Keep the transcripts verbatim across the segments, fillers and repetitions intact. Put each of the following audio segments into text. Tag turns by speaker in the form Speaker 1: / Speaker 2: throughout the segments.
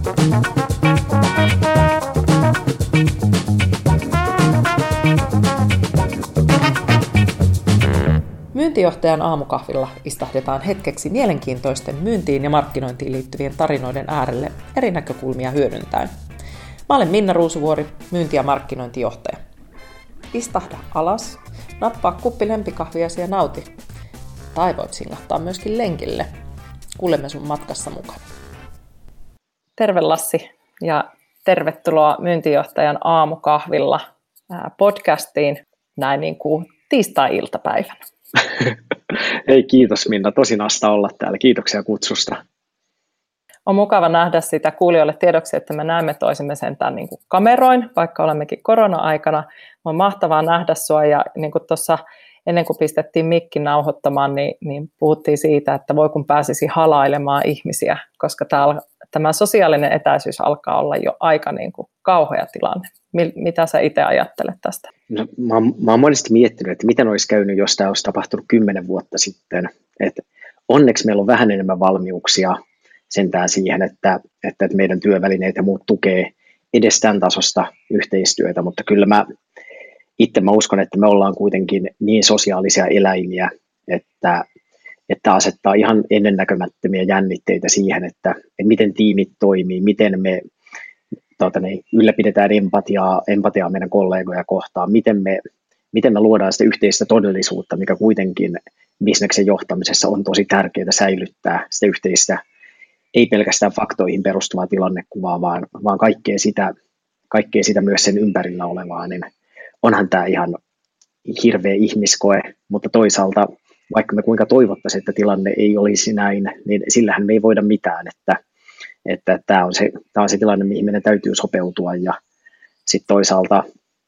Speaker 1: Myyntijohtajan aamukahvilla istahdetaan hetkeksi mielenkiintoisten myyntiin ja markkinointiin liittyvien tarinoiden äärelle eri näkökulmia hyödyntäen. Mä olen Minna Ruusuvuori, myynti- ja markkinointijohtaja. Istahda alas, nappaa kuppi lempikahviasi ja nauti. Tai voit singahtaa myöskin lenkille. Kuulemme sun matkassa mukana. Terve Lassi ja tervetuloa myyntijohtajan aamukahvilla podcastiin näin niin kuin tiistai-iltapäivänä.
Speaker 2: Hei, kiitos Minna, tosi nasta olla täällä. Kiitoksia kutsusta.
Speaker 1: On mukava nähdä sitä kuulijoille tiedoksi, että me näemme toisemme sentään niin kuin kameroin, vaikka olemmekin korona-aikana. On mahtavaa nähdä sua ja niin kuin tuossa ennen kuin pistettiin mikki nauhoittamaan, niin, niin puhuttiin siitä, että voi kun pääsisi halailemaan ihmisiä, koska täällä, tämä sosiaalinen etäisyys alkaa olla jo aika niin kuin kauhea tilanne. Mitä sä itse ajattelet tästä?
Speaker 2: No, mä, mä oon monesti miettinyt, että miten olisi käynyt, jos tämä olisi tapahtunut kymmenen vuotta sitten. Et onneksi meillä on vähän enemmän valmiuksia sentään siihen, että, että meidän työvälineet ja muut tukee edes tämän tasosta yhteistyötä, mutta kyllä mä itse mä uskon, että me ollaan kuitenkin niin sosiaalisia eläimiä, että, että asettaa ihan ennennäkemättömiä jännitteitä siihen, että, että miten tiimit toimii, miten me tuota, niin, ylläpidetään empatiaa, empatiaa meidän kollegoja kohtaan, miten me, miten me luodaan sitä yhteistä todellisuutta, mikä kuitenkin bisneksen johtamisessa on tosi tärkeää säilyttää sitä yhteistä, ei pelkästään faktoihin perustuvaa tilannekuvaa, vaan, vaan kaikkea, sitä, kaikkea sitä myös sen ympärillä olevaa, niin onhan tämä ihan hirveä ihmiskoe, mutta toisaalta vaikka me kuinka toivottaisiin, että tilanne ei olisi näin, niin sillähän me ei voida mitään, että että tämä on se, tämä on se tilanne, mihin meidän täytyy sopeutua ja sitten toisaalta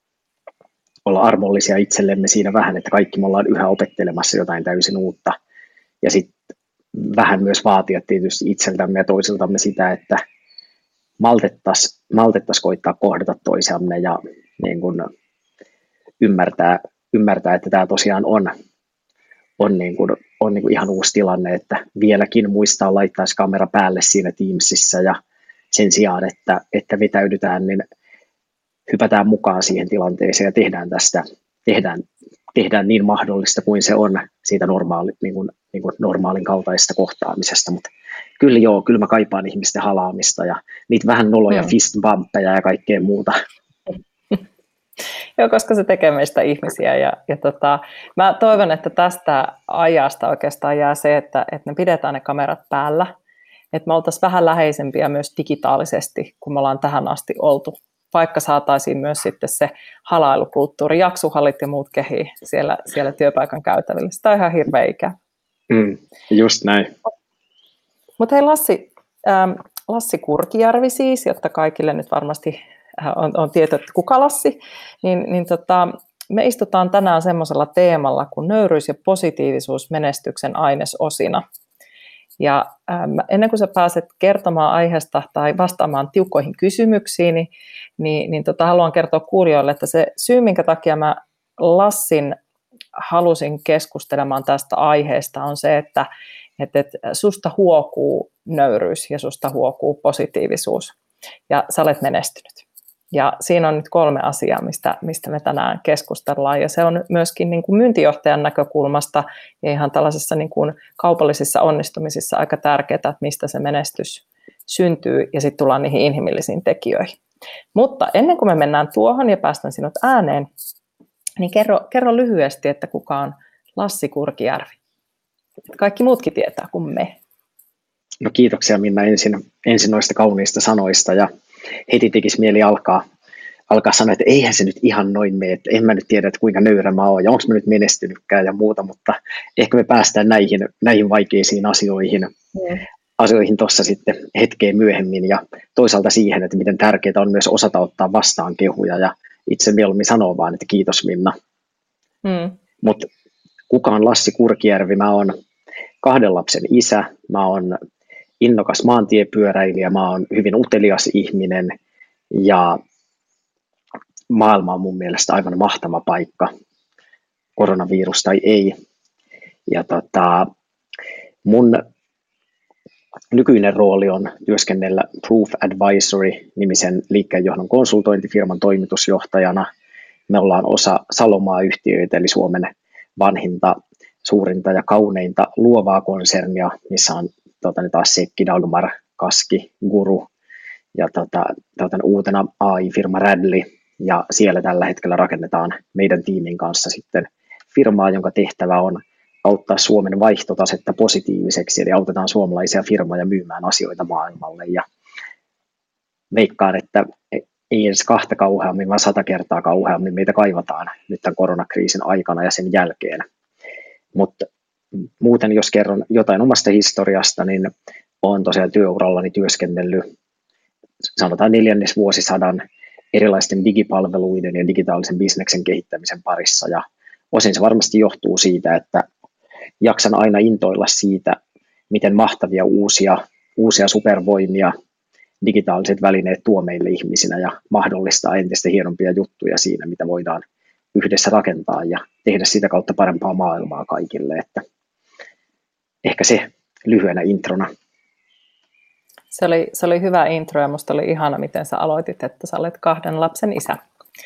Speaker 2: olla armollisia itsellemme siinä vähän, että kaikki me ollaan yhä opettelemassa jotain täysin uutta ja sitten vähän myös vaatia tietysti itseltämme ja toisiltamme sitä, että maltettaisiin maltettais koittaa kohdata toisiamme ja niin kun ymmärtää, ymmärtää, että tämä tosiaan on on, niin kuin, on niin kuin ihan uusi tilanne, että vieläkin muistaa laittaa kamera päälle siinä Teamsissa ja sen sijaan, että, että vetäydytään, niin hypätään mukaan siihen tilanteeseen ja tehdään tästä, tehdään, tehdään niin mahdollista kuin se on siitä normaali, niin kuin, niin kuin normaalin kaltaisesta kohtaamisesta, mutta kyllä joo, kyllä mä kaipaan ihmisten halaamista ja niitä vähän noloja mm. fist bumppeja ja kaikkea muuta.
Speaker 1: Joo, koska se tekee meistä ihmisiä ja, ja tota, mä toivon, että tästä ajasta oikeastaan jää se, että, että me pidetään ne kamerat päällä, että me oltaisiin vähän läheisempiä myös digitaalisesti, kun me ollaan tähän asti oltu, vaikka saataisiin myös sitten se halailukulttuuri, jaksuhallit ja muut kehii siellä, siellä työpaikan käytävillä. Sitä on ihan hirveä ikä.
Speaker 2: Mm, just näin.
Speaker 1: Mutta hei Lassi, ähm, Lassi Kurkijärvi siis, jotta kaikille nyt varmasti on, on tieto, että kuka Lassi, niin, niin tota, me istutaan tänään semmoisella teemalla kuin nöyryys ja positiivisuus menestyksen ainesosina. Ja ähm, ennen kuin sä pääset kertomaan aiheesta tai vastaamaan tiukkoihin kysymyksiin, niin, niin, niin tota, haluan kertoa kuulijoille, että se syy, minkä takia mä Lassin halusin keskustelemaan tästä aiheesta, on se, että, että, että susta huokuu nöyryys ja susta huokuu positiivisuus ja sä olet menestynyt. Ja siinä on nyt kolme asiaa, mistä, mistä me tänään keskustellaan, ja se on myöskin niin kuin myyntijohtajan näkökulmasta ja ihan tällaisissa niin kuin kaupallisissa onnistumisissa aika tärkeää, että mistä se menestys syntyy, ja sitten tullaan niihin inhimillisiin tekijöihin. Mutta ennen kuin me mennään tuohon ja päästään sinut ääneen, niin kerro, kerro lyhyesti, että kuka on Lassi Kurkijärvi. Kaikki muutkin tietää kuin me.
Speaker 2: No kiitoksia Minna ensin, ensin noista kauniista sanoista, ja heti tekisi mieli alkaa, alkaa sanoa, että eihän se nyt ihan noin mene, että en mä nyt tiedä, että kuinka nöyrä mä oon ja onko mä nyt menestynytkään ja muuta, mutta ehkä me päästään näihin, näihin vaikeisiin asioihin, mm. asioihin tuossa sitten hetkeen myöhemmin ja toisaalta siihen, että miten tärkeää on myös osata ottaa vastaan kehuja ja itse mieluummin sanoa vaan, että kiitos Minna. Mm. Mutta kuka on Lassi Kurkijärvi? Mä oon kahden lapsen isä, mä oon innokas maantiepyöräilijä, mä oon hyvin utelias ihminen ja maailma on mun mielestä aivan mahtava paikka, koronavirus tai ei. Ja tota, mun nykyinen rooli on työskennellä Proof Advisory-nimisen liikkeenjohdon konsultointifirman toimitusjohtajana. Me ollaan osa Salomaa-yhtiöitä, eli Suomen vanhinta, suurinta ja kauneinta luovaa konsernia, missä on tota, taas Sekki, Dagmar, Kaski, Guru ja tota, tota, uutena A I-firma Radley. Ja siellä tällä hetkellä rakennetaan meidän tiimin kanssa sitten firmaa, jonka tehtävä on auttaa Suomen vaihtotasetta positiiviseksi, eli autetaan suomalaisia firmoja myymään asioita maailmalle. Ja veikkaan, että ei edes kahta kauheammin, vaan sata kertaa kauheammin meitä kaivataan nyt tämän koronakriisin aikana ja sen jälkeen. Mutta muuten, jos kerron jotain omasta historiasta, niin olen tosiaan työurallani työskennellyt sanotaan neljännesvuosisadan erilaisten digipalveluiden ja digitaalisen bisneksen kehittämisen parissa. Ja osin se varmasti johtuu siitä, että jaksan aina intoilla siitä, miten mahtavia uusia, uusia supervoimia digitaaliset välineet tuo meille ihmisinä ja mahdollistaa entistä hienompia juttuja siinä, mitä voidaan yhdessä rakentaa ja tehdä sitä kautta parempaa maailmaa kaikille. Että ehkä se lyhyenä introna.
Speaker 1: Se oli, se oli hyvä intro ja musta oli ihana, miten sä aloitit, että sä olet kahden lapsen isä.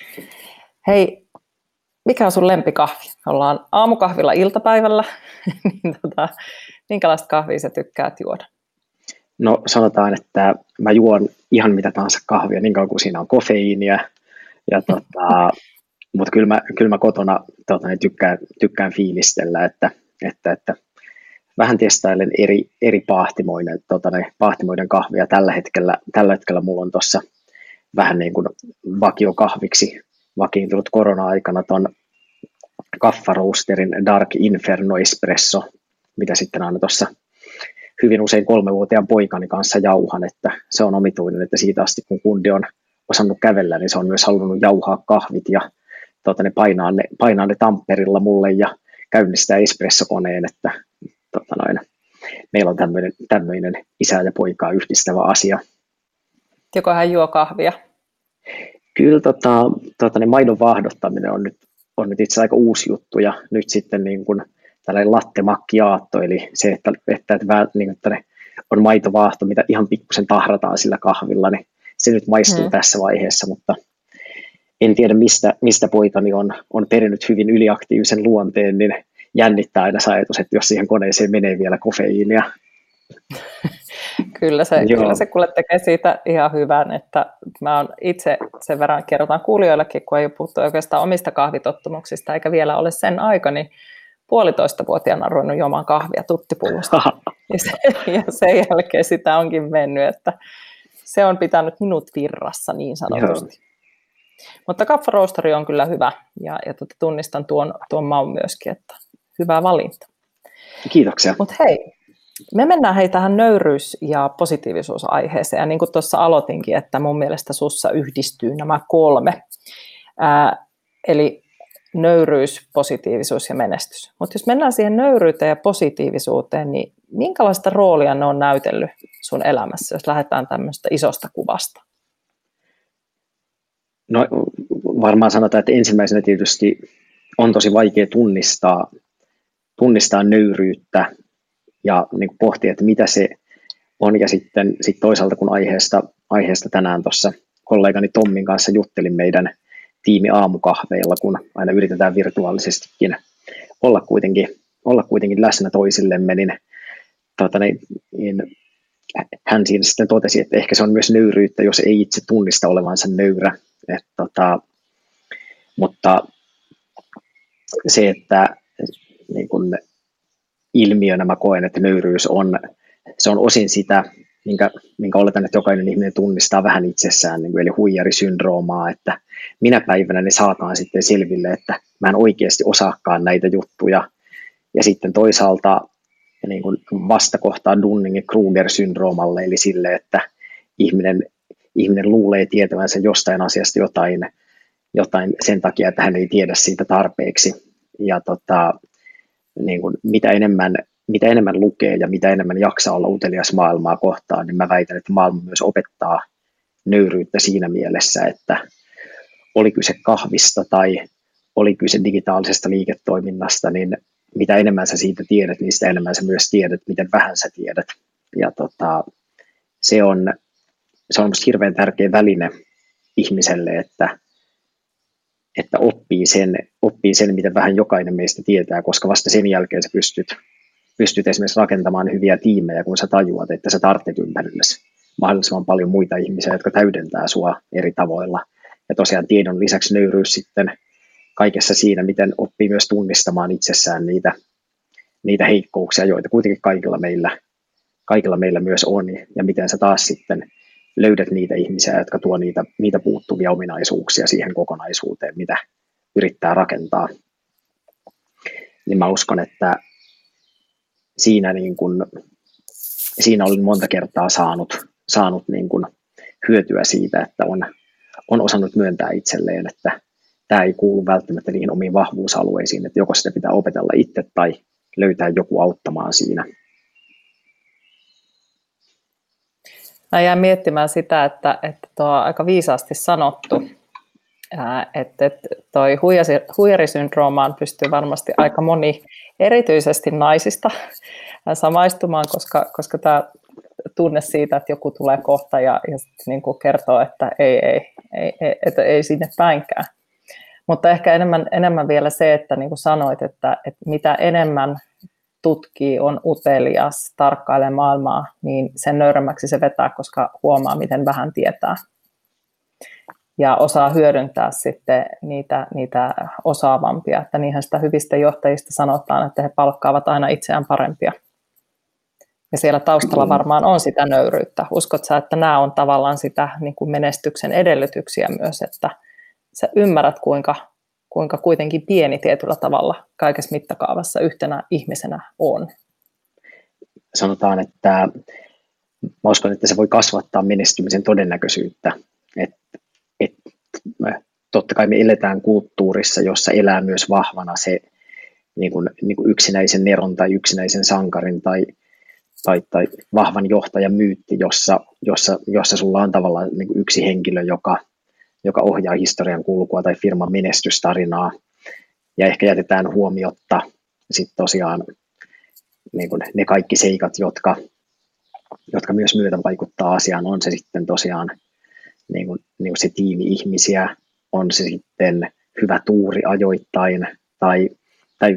Speaker 1: Hei, mikä on sun lempikahvi? Ollaan aamukahvilla iltapäivällä, niin tota, minkälaista kahvia sä tykkäät juoda?
Speaker 2: No sanotaan, että mä juon ihan mitä tahansa kahvia, niin kauan kuin siinä on kofeiinia. Ja tota, mutta kyllä mä, kyllä mä kotona tota, niin tykkään, tykkään fiilistellä, että, että, että vähän testailen eri, eri paahtimoiden, tota, niin, paahtimoiden kahvia. Tällä hetkellä, tällä hetkellä mulla on tuossa vähän niin kuin vakiokahviksi vakiintunut korona-aikana ton Kaffa Roasterin Dark Inferno Espresso, mitä sitten aina tuossa hyvin usein kolmevuotiaan poikani kanssa jauhan, että se on omituinen, että siitä asti kun kundi on osannut kävellä, niin se on myös halunnut jauhaa kahvit ja tota, ne painaa, ne, painaa ne tamperilla mulle ja käynnistää espressokoneen, että tota noin, meillä on tämmöinen, tämmöinen isää ja poikaa yhdistävä asia.
Speaker 1: Joko hän juo kahvia?
Speaker 2: Kyllä tota, tota, niin maidon vaahdottaminen on nyt, on nyt itse aika uusi juttu ja nyt sitten niin kuin tällainen latte macchiato, eli se, että, että, että, niin, että ne on maitovaahto, mitä ihan pikkusen tahrataan sillä kahvilla, niin se nyt maistuu hmm. tässä vaiheessa, mutta en tiedä mistä, mistä poikani on, on perinnyt hyvin yliaktiivisen luonteen, niin jännittää aina se ajatus, että jos siihen koneeseen menee vielä kofeiinia.
Speaker 1: Kyllä se, kyllä se kuule tekee siitä ihan hyvän, että mä oon itse sen verran kerrotaan kuulijoillekin, kun ei ole puhuttu oikeastaan omista kahvitottumuksista, eikä vielä ole sen aika, niin puolitoista vuotiaana ruvennut juomaan kahvia tuttipullosta. Ja, se, ja sen jälkeen sitä onkin mennyt, että se on pitänyt minut virrassa niin sanotusti. Joo. Mutta Kaffa Roasteri on kyllä hyvä ja, ja tuota, tunnistan tuon, tuon maun myöskin, että hyvä valinta.
Speaker 2: Kiitoksia.
Speaker 1: Mutta hei, me mennään hei tähän nöyryys- ja positiivisuusaiheeseen. Ja niin kuin tuossa aloitinkin, että mun mielestä sussa yhdistyy nämä kolme. Ää, eli nöyryys, positiivisuus ja menestys. Mutta jos mennään siihen nöyryyteen ja positiivisuuteen, niin minkälaista roolia ne on näytellyt sun elämässä, jos lähdetään tämmöistä isosta kuvasta?
Speaker 2: No varmaan sanotaan, että ensimmäisenä tietysti on tosi vaikea tunnistaa, tunnistaa nöyryyttä ja niin kuin pohtia, että mitä se on. Ja sitten sit toisaalta, kun aiheesta, aiheesta tänään tuossa kollegani Tommin kanssa juttelin meidän tiimi aamukahveilla, kun aina yritetään virtuaalisestikin olla kuitenkin, olla kuitenkin läsnä toisillemme, niin, tuota, niin, niin hän siinä sitten totesi, että ehkä se on myös nöyryyttä, jos ei itse tunnista olevansa nöyrä. Et, tota, mutta se, että niin kun ilmiönä mä koen, että nöyryys on, se on osin sitä, minkä, minkä oletan, että jokainen ihminen tunnistaa vähän itsessään, niin kuin, eli huijarisyndroomaa, että minä päivänä ne saataan sitten selville, että mä en oikeasti osaakaan näitä juttuja. Ja sitten toisaalta niin kuin vastakohtaa Dunning-Kruger-syndroomalle, eli sille, että ihminen, ihminen luulee tietävänsä jostain asiasta jotain, jotain sen takia, että hän ei tiedä siitä tarpeeksi. Ja tota, niin kuin mitä enemmän mitä enemmän lukee ja mitä enemmän jaksaa olla utelias maailmaa kohtaan, niin mä väitän, että maailma myös opettaa nöyryyttä siinä mielessä, että oli kyse kahvista tai oli kyse digitaalisesta liiketoiminnasta, niin mitä enemmän sä siitä tiedät, niin sitä enemmän sä myös tiedät, miten vähän sä tiedät. Ja tota, se on, se on musta hirveän tärkeä väline ihmiselle, että, että oppii, sen, oppii sen, mitä vähän jokainen meistä tietää, koska vasta sen jälkeen sä pystyt, pystyt esimerkiksi rakentamaan hyviä tiimejä, kun sä tajuat, että sä tarvitset ympärillesi mahdollisimman paljon muita ihmisiä, jotka täydentää sua eri tavoilla. Ja tosiaan tiedon lisäksi nöyryys sitten kaikessa siinä, miten oppii myös tunnistamaan itsessään niitä, niitä heikkouksia, joita kuitenkin kaikilla meillä, kaikilla meillä myös on, ja miten sä taas sitten löydät niitä ihmisiä, jotka tuo niitä, niitä puuttuvia ominaisuuksia siihen kokonaisuuteen, mitä yrittää rakentaa. Niin mä uskon, että siinä, niin kun, siinä olen monta kertaa saanut, saanut niin kun hyötyä siitä, että on, on osannut myöntää itselleen, että tämä ei kuulu välttämättä niihin omiin vahvuusalueisiin, että joko sitä pitää opetella itse tai löytää joku auttamaan siinä.
Speaker 1: Mä jään miettimään sitä, että, että tuo on aika viisaasti sanottu, että, että toi huijarisyndroomaan pystyy varmasti aika moni, erityisesti naisista, samaistumaan, koska, koska tämä tunne siitä, että joku tulee kohta ja, ja niin kuin kertoo, että ei, ei, ei, ei, että ei sinne päinkään. Mutta ehkä enemmän, enemmän vielä se, että niin kuin sanoit, että, että mitä enemmän tutkii, on utelias, tarkkailee maailmaa, niin sen nöyremmäksi se vetää, koska huomaa, miten vähän tietää. Ja osaa hyödyntää sitten niitä, niitä osaavampia. Että niinhän sitä hyvistä johtajista sanotaan, että he palkkaavat aina itseään parempia. Ja siellä taustalla varmaan on sitä nöyryyttä. Uskot sä, että nämä on tavallaan sitä niin kuin menestyksen edellytyksiä myös, että sä ymmärrät, kuinka, kuinka kuitenkin pieni tietyllä tavalla kaikessa mittakaavassa yhtenä ihmisenä on.
Speaker 2: Sanotaan, että mä uskon, että se voi kasvattaa menestymisen todennäköisyyttä. Et, et, totta kai me eletään kulttuurissa, jossa elää myös vahvana se niin kuin, niin kuin yksinäisen neron tai yksinäisen sankarin tai, tai, tai vahvan johtajan myytti, jossa, jossa, jossa sulla on tavallaan niin kuin yksi henkilö, joka joka ohjaa historian kulkua tai firman menestystarinaa, ja ehkä jätetään huomiotta sitten tosiaan niin kuin ne kaikki seikat, jotka, jotka myös myötä vaikuttaa asiaan, on se sitten tosiaan niin kuin, niin kuin se tiimi ihmisiä, on se sitten hyvä tuuri ajoittain, tai, tai,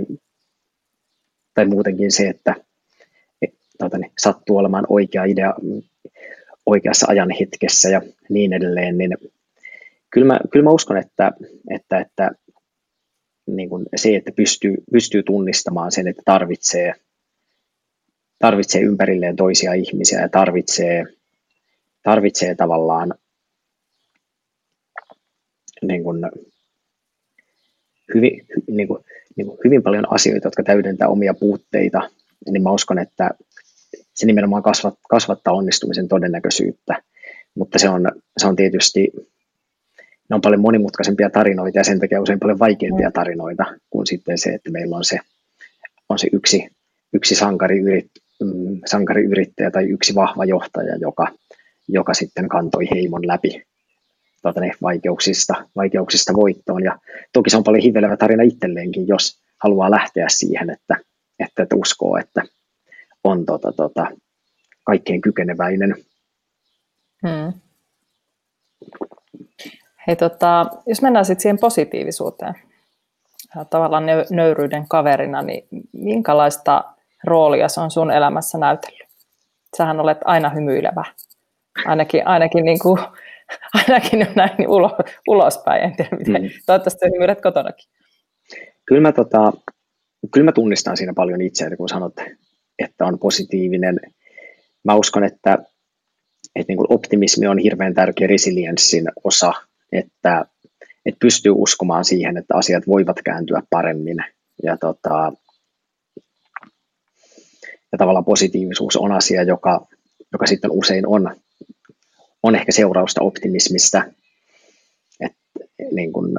Speaker 2: tai muutenkin se, että et, totani, sattuu olemaan oikea idea oikeassa ajan hetkessä ja niin edelleen, niin Kyllä mä, kyllä mä uskon, että, että, että niin kuin se, että pystyy, pystyy tunnistamaan sen, että tarvitsee, tarvitsee ympärilleen toisia ihmisiä ja tarvitsee, tarvitsee tavallaan niin kuin hyvin, niin kuin, niin kuin hyvin paljon asioita, jotka täydentää omia puutteita, niin mä uskon, että se nimenomaan kasvat, kasvattaa onnistumisen todennäköisyyttä, mutta se on, se on tietysti ne on paljon monimutkaisempia tarinoita ja sen takia usein paljon vaikeampia tarinoita kuin sitten se, että meillä on se, on se yksi, yksi sankariyrit, sankariyrittäjä tai yksi vahva johtaja, joka, joka sitten kantoi heimon läpi tuota, ne vaikeuksista, vaikeuksista voittoon. Ja toki se on paljon hivelevä tarina itselleenkin, jos haluaa lähteä siihen, että, että, että uskoo, että on tota, tota, kaikkein kykeneväinen.
Speaker 1: Hmm. Hei, tota, jos mennään sitten siihen positiivisuuteen, tavallaan nöyryyden kaverina, niin minkälaista roolia se on sun elämässä näytellyt? Sähän olet aina hymyilevä, ainakin, ainakin, niin kuin, ainakin näin niin ulos, ulospäin, en tiedä miten, mm. toivottavasti hymyilet kotonakin.
Speaker 2: Kyllä mä, tota, kyllä mä tunnistan siinä paljon itseäni, kun sanot, että on positiivinen. Mä uskon, että, että niin kuin optimismi on hirveän tärkeä resilienssin osa, että, että pystyy uskomaan siihen, että asiat voivat kääntyä paremmin. Ja, tota, ja tavallaan positiivisuus on asia, joka, joka sitten usein on, on ehkä seurausta optimismista. Et, niin kun,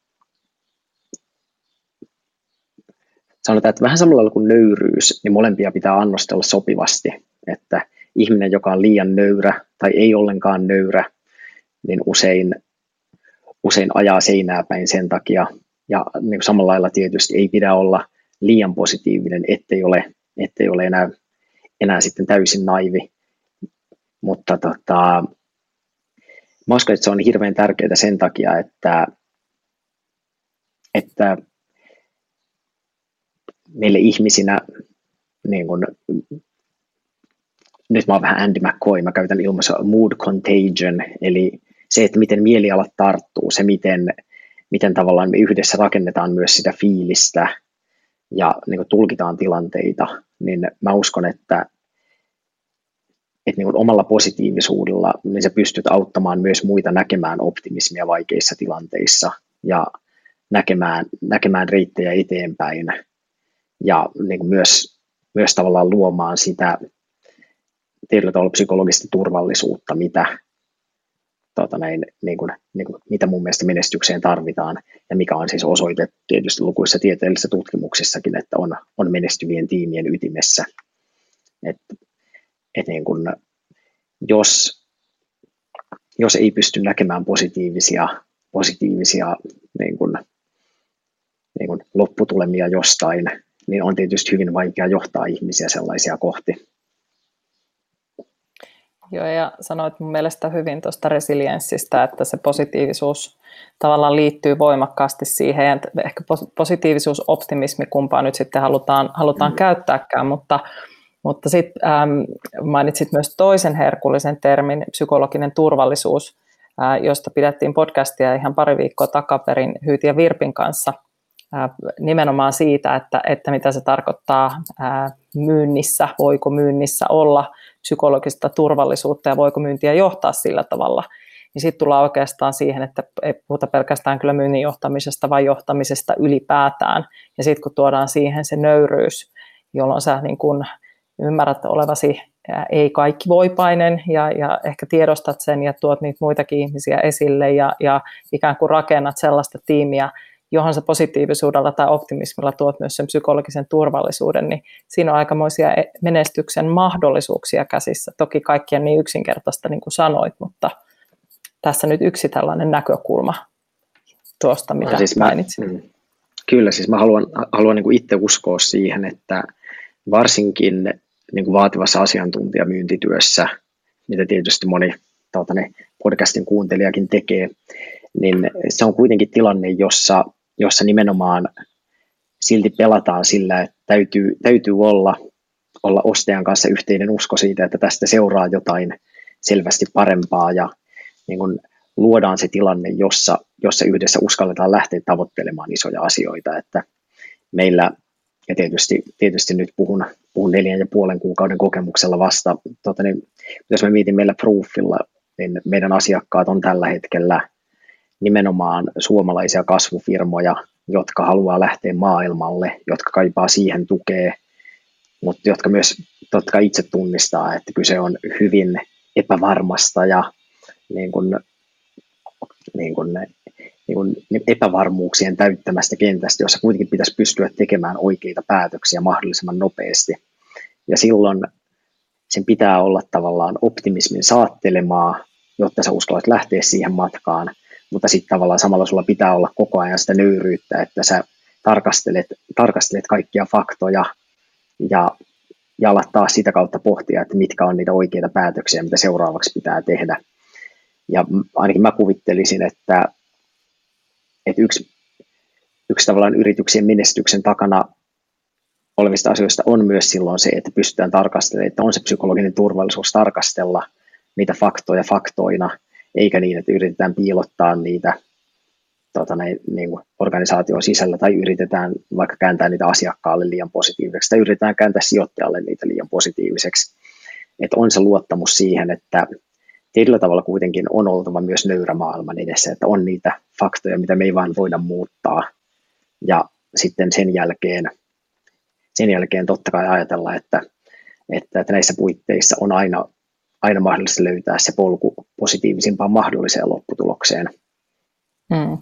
Speaker 2: sanotaan, että vähän samalla lailla kuin nöyryys, niin molempia pitää annostella sopivasti. Että ihminen, joka on liian nöyrä tai ei ollenkaan nöyrä, niin usein usein ajaa seinää päin sen takia, ja niin samalla lailla tietysti ei pidä olla liian positiivinen, ettei ole, ettei ole enää, enää sitten täysin naivi. Mutta tota, mä uskon, että se on hirveän tärkeää sen takia, että, että meille ihmisinä, niin kun, nyt mä oon vähän Andy McCoy, mä käytän ilmaisua mood contagion, eli se, että miten mielialat tarttuu, se miten, miten tavallaan me yhdessä rakennetaan myös sitä fiilistä ja niin kun tulkitaan tilanteita, niin mä uskon, että että niin kuin omalla positiivisuudella niin sä pystyt auttamaan myös muita näkemään optimismia vaikeissa tilanteissa ja näkemään, näkemään reittejä eteenpäin ja niin kuin myös, myös tavallaan luomaan sitä tietyllä tavalla psykologista turvallisuutta, mitä, tota näin, niin kuin, niin kuin, mitä mun mielestä menestykseen tarvitaan ja mikä on siis osoitettu tietysti lukuissa tieteellisissä tutkimuksissakin, että on, on menestyvien tiimien ytimessä. Että et niin kuin, jos, jos ei pysty näkemään positiivisia, positiivisia niin kuin, niin kuin lopputulemia jostain, niin on tietysti hyvin vaikea johtaa ihmisiä sellaisia kohti.
Speaker 1: Joo, ja sanoit mun mielestä hyvin tuosta resilienssistä, että se positiivisuus tavallaan liittyy voimakkaasti siihen, että ehkä positiivisuus, optimismi, kumpaa nyt sitten halutaan, halutaan mm. käyttääkään, mutta Mutta sitten ähm, mainitsit myös toisen herkullisen termin, psykologinen turvallisuus, äh, josta pidettiin podcastia ihan pari viikkoa takaperin Hyyti ja Virpin kanssa äh, nimenomaan siitä, että, että mitä se tarkoittaa äh, myynnissä, voiko myynnissä olla psykologista turvallisuutta ja voiko myyntiä johtaa sillä tavalla. Niin sitten tullaan oikeastaan siihen, että ei puhuta pelkästään kyllä myynnin johtamisesta, vaan johtamisesta ylipäätään. Ja sitten kun tuodaan siihen se nöyryys, jolloin sä niin kun ymmärrät olevasi ei kaikki voipainen ja, ja ehkä tiedostat sen ja tuot niitä muitakin ihmisiä esille ja, ja ikään kuin rakennat sellaista tiimiä, johon sä positiivisuudella tai optimismilla tuot myös sen psykologisen turvallisuuden, niin siinä on aikamoisia menestyksen mahdollisuuksia käsissä. Toki kaikki on niin yksinkertaista niin kuin sanoit, mutta tässä nyt yksi tällainen näkökulma tuosta, mitä no siis mainitsin. Mä,
Speaker 2: kyllä, siis mä haluan, haluan niin kuin itse uskoa siihen, että varsinkin niin kuin vaativassa asiantuntijamyyntityössä, mitä tietysti moni tuota, ne podcastin kuuntelijakin tekee, niin se on kuitenkin tilanne, jossa, jossa nimenomaan silti pelataan sillä, että täytyy, täytyy olla, olla ostajan kanssa yhteinen usko siitä, että tästä seuraa jotain selvästi parempaa ja niin kuin luodaan se tilanne, jossa, jossa yhdessä uskalletaan lähteä tavoittelemaan isoja asioita, että meillä ja tietysti, tietysti nyt puhun, puhun neljän ja puolen kuukauden kokemuksella vasta. Tota, niin, jos mä mietin meillä Proofilla, niin meidän asiakkaat on tällä hetkellä nimenomaan suomalaisia kasvufirmoja, jotka haluaa lähteä maailmalle, jotka kaipaa siihen tukea, mutta jotka myös totta itse tunnistaa, että kyse on hyvin epävarmasta ja niin kuin, niin kuin, niin kuin epävarmuuksien täyttämästä kentästä, jossa kuitenkin pitäisi pystyä tekemään oikeita päätöksiä mahdollisimman nopeasti. Ja silloin sen pitää olla tavallaan optimismin saattelemaa, jotta sä uskallat lähteä siihen matkaan, mutta sitten tavallaan samalla sulla pitää olla koko ajan sitä nöyryyttä, että sä tarkastelet, tarkastelet kaikkia faktoja ja, ja alat taas sitä kautta pohtia, että mitkä on niitä oikeita päätöksiä, mitä seuraavaksi pitää tehdä. Ja ainakin mä kuvittelisin, että, että yksi, yksi tavallaan yrityksien menestyksen takana olevista asioista on myös silloin se, että pystytään tarkastelemaan, että on se psykologinen turvallisuus tarkastella niitä faktoja faktoina, eikä niin, että yritetään piilottaa niitä tota, ne, niin kuin organisaation sisällä tai yritetään vaikka kääntää niitä asiakkaalle liian positiiviseksi tai yritetään kääntää sijoittajalle niitä liian positiiviseksi. Että on se luottamus siihen, että tietyllä tavalla kuitenkin on oltava myös nöyrä maailman edessä, että on niitä faktoja, mitä me ei vaan voida muuttaa. Ja sitten sen jälkeen, sen jälkeen totta kai ajatella, että, että, että näissä puitteissa on aina, aina mahdollista löytää se polku positiivisimpaan mahdolliseen lopputulokseen.
Speaker 1: Hmm.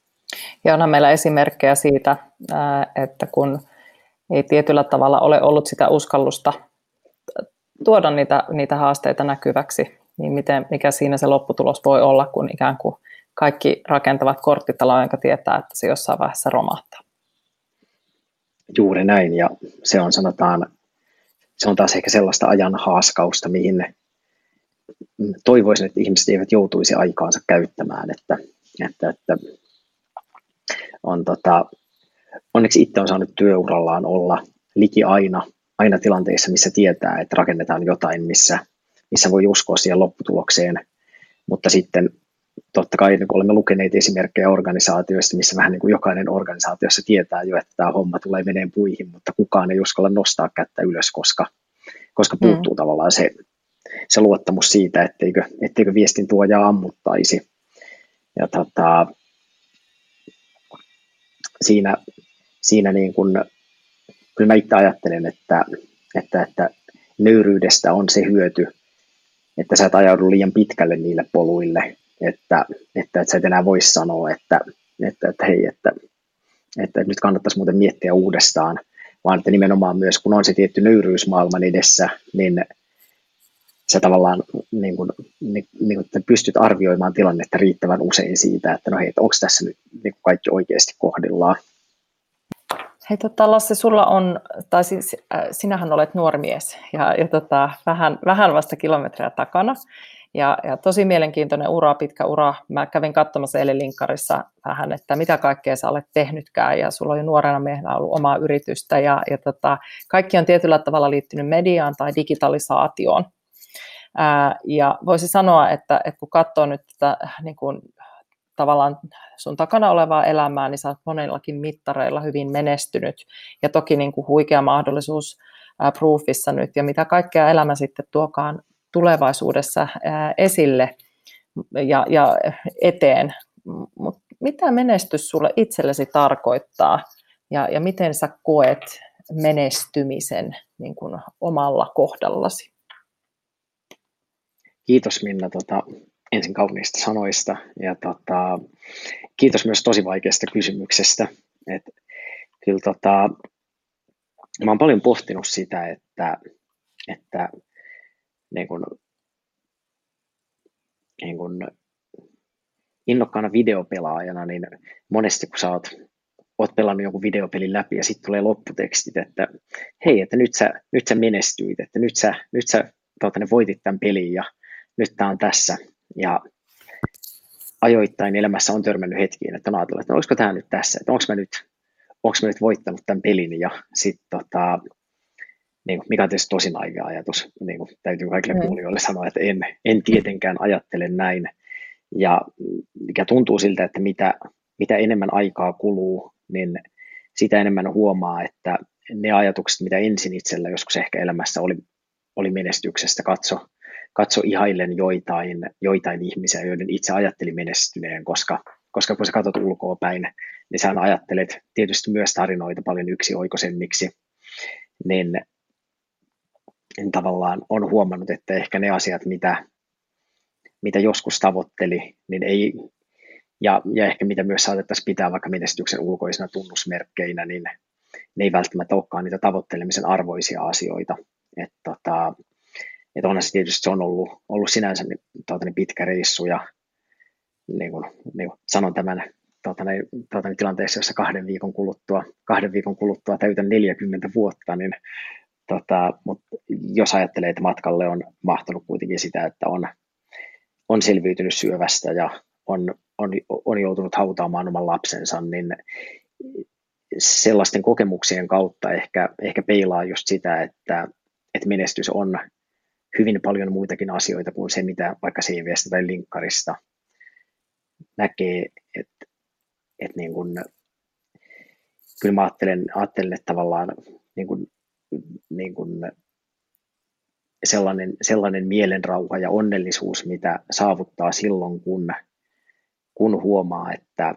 Speaker 1: Ja onhan meillä esimerkkejä siitä, että kun ei tietyllä tavalla ole ollut sitä uskallusta tuoda niitä, niitä haasteita näkyväksi, niin miten, mikä siinä se lopputulos voi olla, kun ikään kuin kaikki rakentavat korttitaloa, jonka tietää, että se jossain vaiheessa romahtaa.
Speaker 2: Juuri näin, ja se on sanotaan, se on taas ehkä sellaista ajan haaskausta, mihin toivoisin, että ihmiset eivät joutuisi aikaansa käyttämään, että, että, että on tota, onneksi itse on saanut työurallaan olla liki aina, aina tilanteissa, missä tietää, että rakennetaan jotain, missä, missä voi uskoa siihen lopputulokseen, mutta sitten totta kai niin olemme lukeneet esimerkkejä organisaatioista, missä vähän niin kuin jokainen organisaatiossa tietää jo, että tämä homma tulee meneen puihin, mutta kukaan ei uskalla nostaa kättä ylös, koska, koska puuttuu mm. tavallaan se, se luottamus siitä, etteikö, etteikö viestin tuojaa ammuttaisi. Ja tota, siinä, siinä niin kuin, kyllä mä itse ajattelen, että, että, että nöyryydestä on se hyöty, että sä et ajaudu liian pitkälle niille poluille, että, että, että sä et enää voi sanoa, että, että, että hei, että, että nyt kannattaisi muuten miettiä uudestaan, vaan että nimenomaan myös kun on se tietty nöyryys maailman edessä, niin sä tavallaan niin kuin, niin, niin kuin pystyt arvioimaan tilannetta riittävän usein siitä, että no hei, onko tässä nyt niin kuin kaikki oikeasti kohdillaan.
Speaker 1: Hei tota, Lassi, sulla on, tai siis, äh, sinähän olet nuori mies ja, ja tota, vähän, vähän vasta kilometriä takana. Ja, ja tosi mielenkiintoinen ura, pitkä ura. Mä kävin katsomassa eilen linkkarissa vähän, että mitä kaikkea sä olet tehnytkään. Ja sulla on jo nuorena miehenä ollut omaa yritystä. Ja, ja tota, kaikki on tietyllä tavalla liittynyt mediaan tai digitalisaatioon. Ää, ja voisi sanoa, että, että kun katsoo nyt tätä niin kuin, tavallaan sun takana olevaa elämää, niin sä oot monellakin mittareilla hyvin menestynyt. Ja toki niin kuin huikea mahdollisuus ää, Proofissa nyt. Ja mitä kaikkea elämä sitten tuokaan tulevaisuudessa ää, esille ja, ja eteen. Mut mitä menestys sulle itsellesi tarkoittaa ja, ja miten sä koet menestymisen niin kuin omalla kohdallasi?
Speaker 2: Kiitos Minna tota, ensin kauniista sanoista ja tota, kiitos myös tosi vaikeasta kysymyksestä. Et, kyllä tota, mä oon paljon pohtinut sitä, että, että niin kun, niin kun innokkaana videopelaajana, niin monesti kun sä oot, oot pelannut jonkun videopelin läpi ja sitten tulee lopputekstit, että hei, että nyt sä, nyt sä menestyit, että nyt sä, nyt sä tuota, ne voitit tämän pelin ja nyt tää on tässä. Ja ajoittain elämässä on törmännyt hetkiin, että on ajatellut, että no, olisiko tämä nyt tässä, että onko mä nyt, onko mä nyt voittanut tämän pelin ja sitten tota, niin, mikä on tietysti tosi naivi ajatus, niin kuin täytyy kaikille kuulijoille sanoa, että en, en tietenkään ajattele näin. Ja mikä tuntuu siltä, että mitä, mitä enemmän aikaa kuluu, niin sitä enemmän huomaa, että ne ajatukset, mitä ensin itsellä joskus ehkä elämässä oli, oli menestyksestä, katso, katso ihaillen joitain, joitain ihmisiä, joiden itse ajatteli menestyneen, koska, koska kun sä katsot ulkoa päin, niin sä ajattelet tietysti myös tarinoita paljon yksioikoisemmiksi, niin, niin tavallaan on huomannut, että ehkä ne asiat, mitä mitä joskus tavoitteli, niin ei, ja, ja ehkä mitä myös saatettaisiin pitää vaikka menestyksen ulkoisina tunnusmerkkeinä, niin ne ei välttämättä olekaan niitä tavoittelemisen arvoisia asioita. Että tota, et onhan se tietysti se on ollut, ollut sinänsä tuota, niin pitkä reissu, ja niin kuin, niin kuin sanon tämän tuota, niin, tuota, niin tilanteessa, jossa kahden viikon kuluttua, kahden viikon kuluttua täytän neljäkymmentä vuotta, niin tota, mutta jos ajattelee, että matkalle on mahtunut kuitenkin sitä, että on on selviytynyt syövästä ja on, on, on joutunut hautaamaan oman lapsensa, niin sellaisten kokemuksien kautta ehkä, ehkä peilaa just sitä, että, että menestys on hyvin paljon muitakin asioita kuin se, mitä vaikka C V:stä tai linkkarista näkee. Että, että niin kun, kyllä mä ajattelen, ajattelen että tavallaan niin kun, niin kun Sellainen, sellainen mielenrauha ja onnellisuus, mitä saavuttaa silloin, kun, kun huomaa, että,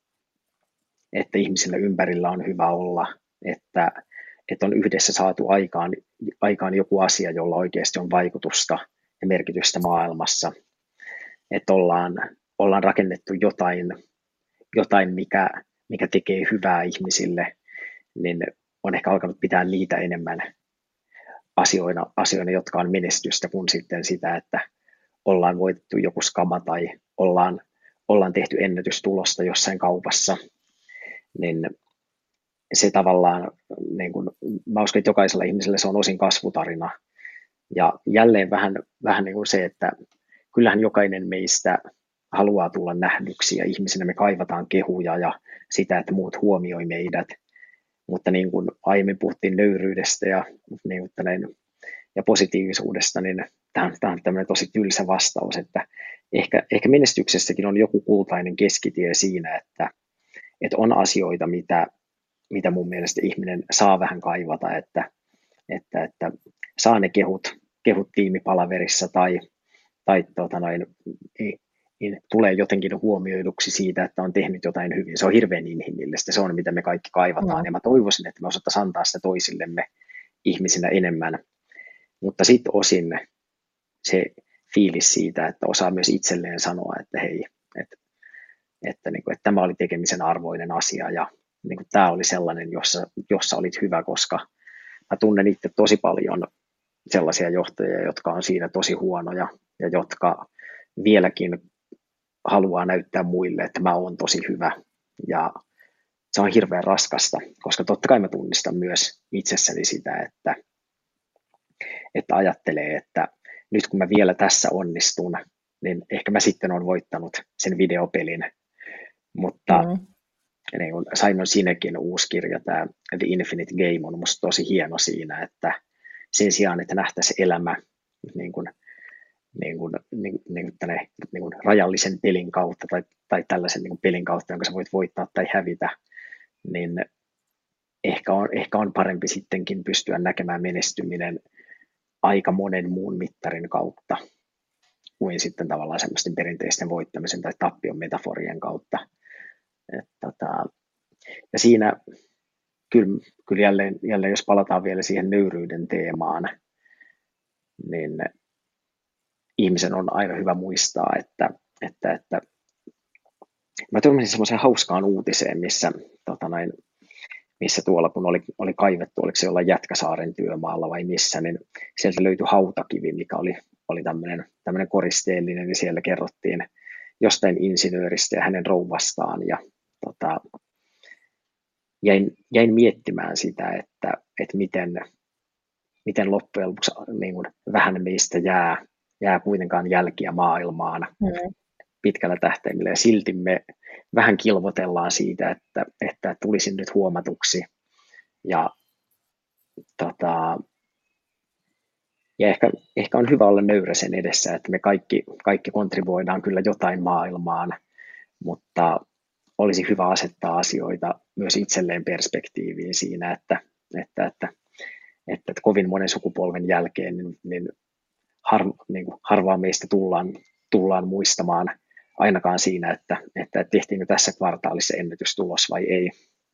Speaker 2: että ihmisillä ympärillä on hyvä olla, että, että on yhdessä saatu aikaan, aikaan joku asia, jolla oikeasti on vaikutusta ja merkitystä maailmassa, että ollaan, ollaan rakennettu jotain, jotain mikä, mikä tekee hyvää ihmisille, niin on ehkä alkanut pitää niitä enemmän asioina, asioina, jotka on menestystä, kuin sitten sitä, että ollaan voitettu joku skama tai ollaan, ollaan tehty ennätystulosta jossain kaupassa, niin se tavallaan, niin kuin, mä uskon, että jokaisella ihmisellä se on osin kasvutarina. Ja jälleen vähän, vähän niin kuin se, että kyllähän jokainen meistä haluaa tulla nähdyksi ja ihmisenä me kaivataan kehuja ja sitä, että muut huomioi meidät. Mutta niin kuin aiemmin puhuttiin nöyryydestä ja, niin kuin tällainen, ja positiivisuudesta, niin tämä on, tämä on tämmöinen tosi tylsä vastaus, että ehkä, ehkä menestyksessäkin on joku kultainen keskitie siinä, että, että on asioita, mitä, mitä mun mielestä ihminen saa vähän kaivata, että, että, että saa ne kehut, kehut tiimipalaverissa tai, tai tota noin, niin, niin tulee jotenkin huomioiduksi siitä, että on tehnyt jotain hyvin. Se on hirveän inhimillistä, se on mitä me kaikki kaivataan, no. Ja mä toivoisin, että me osattaisiin antaa sitä toisillemme ihmisinä enemmän, mutta sitten osin se fiilis siitä, että osaa myös itselleen sanoa, että hei, että, että, niin kuin, että tämä oli tekemisen arvoinen asia ja niin kuin, tämä oli sellainen, jossa, jossa olit hyvä, koska mä tunnen itse tosi paljon sellaisia johtajia, jotka on siinä tosi huonoja ja jotka vieläkin haluaa näyttää muille, että mä oon tosi hyvä ja se on hirveän raskasta, koska totta kai mä tunnistan myös itsessäni sitä, että, että ajattelee, että nyt kun mä vielä tässä onnistun, niin ehkä mä sitten olen voittanut sen videopelin, mutta mm. niin kuin Simon Sinekin uusi kirja, tämä The Infinite Game, on musta tosi hieno siinä, että sen sijaan, että nähtäisiin elämä niin kuin, niin kuin, niin, niin, tänne, niin kuin rajallisen pelin kautta tai, tai tällaisen niin kuin pelin kautta, jonka sä voit voittaa tai hävitä, niin ehkä on, ehkä on parempi sittenkin pystyä näkemään menestyminen aika monen muun mittarin kautta kuin sitten tavallaan semmoisten perinteisten voittamisen tai tappion metaforien kautta. Et, tota, ja siinä kyllä, kyllä jälleen, jälleen, jos palataan vielä siihen nöyryyden teemaan, niin ihmisen on aina hyvä muistaa, että, että, että mä törmäsin semmoiseen hauskaan uutiseen, missä, tota noin, missä tuolla kun oli, oli kaivettu, oliko se jollain Jätkäsaaren työmaalla vai missä, niin sieltä löytyi hautakivi, mikä oli, oli tämmöinen, tämmöinen koristeellinen, ja siellä kerrottiin jostain insinööristä ja hänen rouvastaan, ja tota, jäin, jäin miettimään sitä, että, että miten, miten loppujen lopuksi niin kuin vähän meistä jää, jää kuitenkaan jälkiä maailmaan mm. pitkällä tähtäimellä, ja silti me vähän kilvotellaan siitä, että, että tulisin nyt huomatuksi, ja, tota, ja ehkä, ehkä on hyvä olla nöyrä sen edessä, että me kaikki, kaikki kontribuoidaan kyllä jotain maailmaan, mutta olisi hyvä asettaa asioita myös itselleen perspektiiviin siinä, että, että, että, että, että kovin monen sukupolven jälkeen niin, niin, har, niin kuin harvaa meistä tullaan, tullaan muistamaan ainakaan siinä, että, että tehtiinkö tässä kvartaalissa ennätystulos vai ei.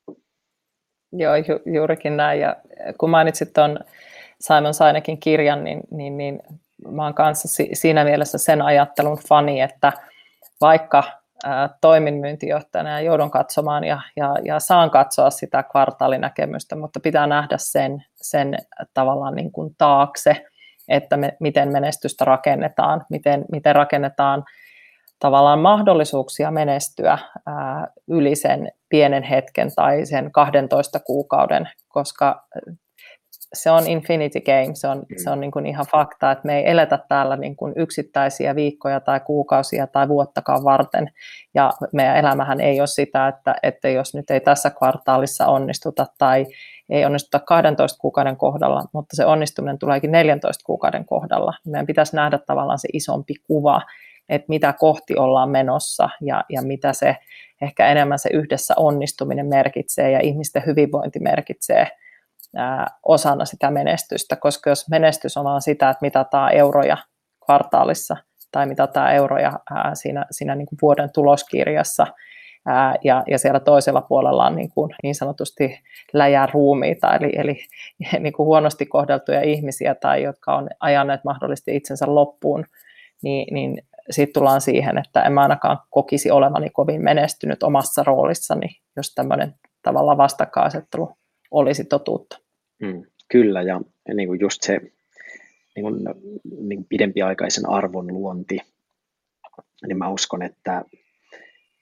Speaker 1: Joo, ju, juurikin näin. Ja kun mainitsit tuon Simon Sinekin kirjan, niin, niin, niin mä oon kanssa si, siinä mielessä sen ajattelun fani, että vaikka ää, toimin myyntijohtajana ja joudun katsomaan ja, ja, ja saan katsoa sitä kvartaalinäkemystä, mutta pitää nähdä sen, sen tavallaan niin kuin taakse, että me, miten menestystä rakennetaan, miten, miten rakennetaan tavallaan mahdollisuuksia menestyä ää, yli sen pienen hetken tai sen kahdentoista kuukauden, koska se on infinity game, se on, se on niin kuin ihan fakta, että me ei eletä täällä niin kuin yksittäisiä viikkoja tai kuukausia tai vuottakaan varten, ja meidän elämähän ei ole sitä, että, että jos nyt ei tässä kvartaalissa onnistuta tai ei onnistuta kahdentoista kuukauden kohdalla, mutta se onnistuminen tuleekin neljäntoista kuukauden kohdalla. Meidän pitäisi nähdä tavallaan se isompi kuva, että mitä kohti ollaan menossa ja, ja mitä se ehkä enemmän se yhdessä onnistuminen merkitsee ja ihmisten hyvinvointi merkitsee ää, osana sitä menestystä, koska jos menestys on vaan sitä, että mitataan euroja kvartaalissa tai mitataan euroja ää, siinä, siinä niin kuin vuoden tuloskirjassa ää, ja, ja siellä toisella puolella on niin, kuin niin sanotusti läjää ruumiita, eli, eli niin kuin huonosti kohdeltuja ihmisiä tai jotka on ajaneet mahdollisesti itsensä loppuun, niin, niin sitten tullaan siihen, että en mä ainakaan kokisi olevani kovin menestynyt omassa roolissani, jos tämmöinen tavallaan vastakkainasettelu olisi totuutta.
Speaker 2: Mm, kyllä, ja niin kuin just se niin kuin, niin kuin pidempiaikaisen arvon luonti, niin mä uskon, että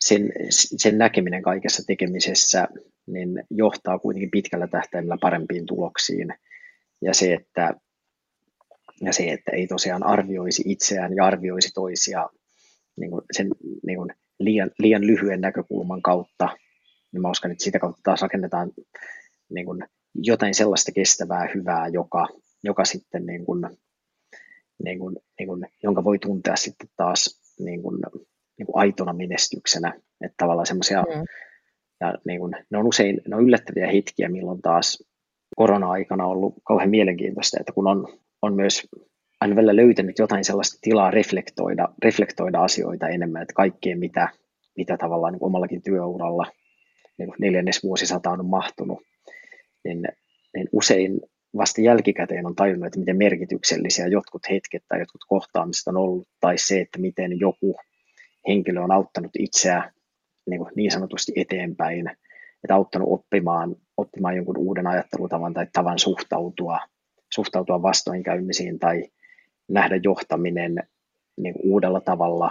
Speaker 2: sen, sen näkeminen kaikessa tekemisessä niin johtaa kuitenkin pitkällä tähtäimellä parempiin tuloksiin. Ja se, että, ja se, että ei tosiaan arvioisi itseään ja arvioisi toisia niin kuin sen niin kuin liian, liian lyhyen näkökulman kautta, niin mä uskon, että sitä kautta taas rakennetaan niin kuin jotain sellaista kestävää hyvää, joka, joka sitten niin kuin, niin kuin, niin kuin, jonka voi tuntea sitten taas niin kuin, niin kuin aitona menestyksenä, että tavallaan semmoisia, mm. ja niin kuin, ne on usein ne on yllättäviä hetkiä, milloin taas korona-aikana on ollut kauhean mielenkiintoista, että kun on, on myös aina välillä löytänyt jotain sellaista tilaa reflektoida, reflektoida asioita enemmän, että kaikkea mitä, mitä tavallaan niin omallakin työuralla niin neljännes vuosisataan on mahtunut, niin, niin usein vasta jälkikäteen on tajunnut, että miten merkityksellisiä jotkut hetket tai jotkut kohtaamiset on ollut, tai se, että miten joku henkilö on auttanut itseään niin, niin sanotusti eteenpäin, että auttanut oppimaan, oppimaan jonkun uuden ajattelutavan tai tavan suhtautua, suhtautua vastoinkäymisiin tai nähdä johtaminen niin kuin uudella tavalla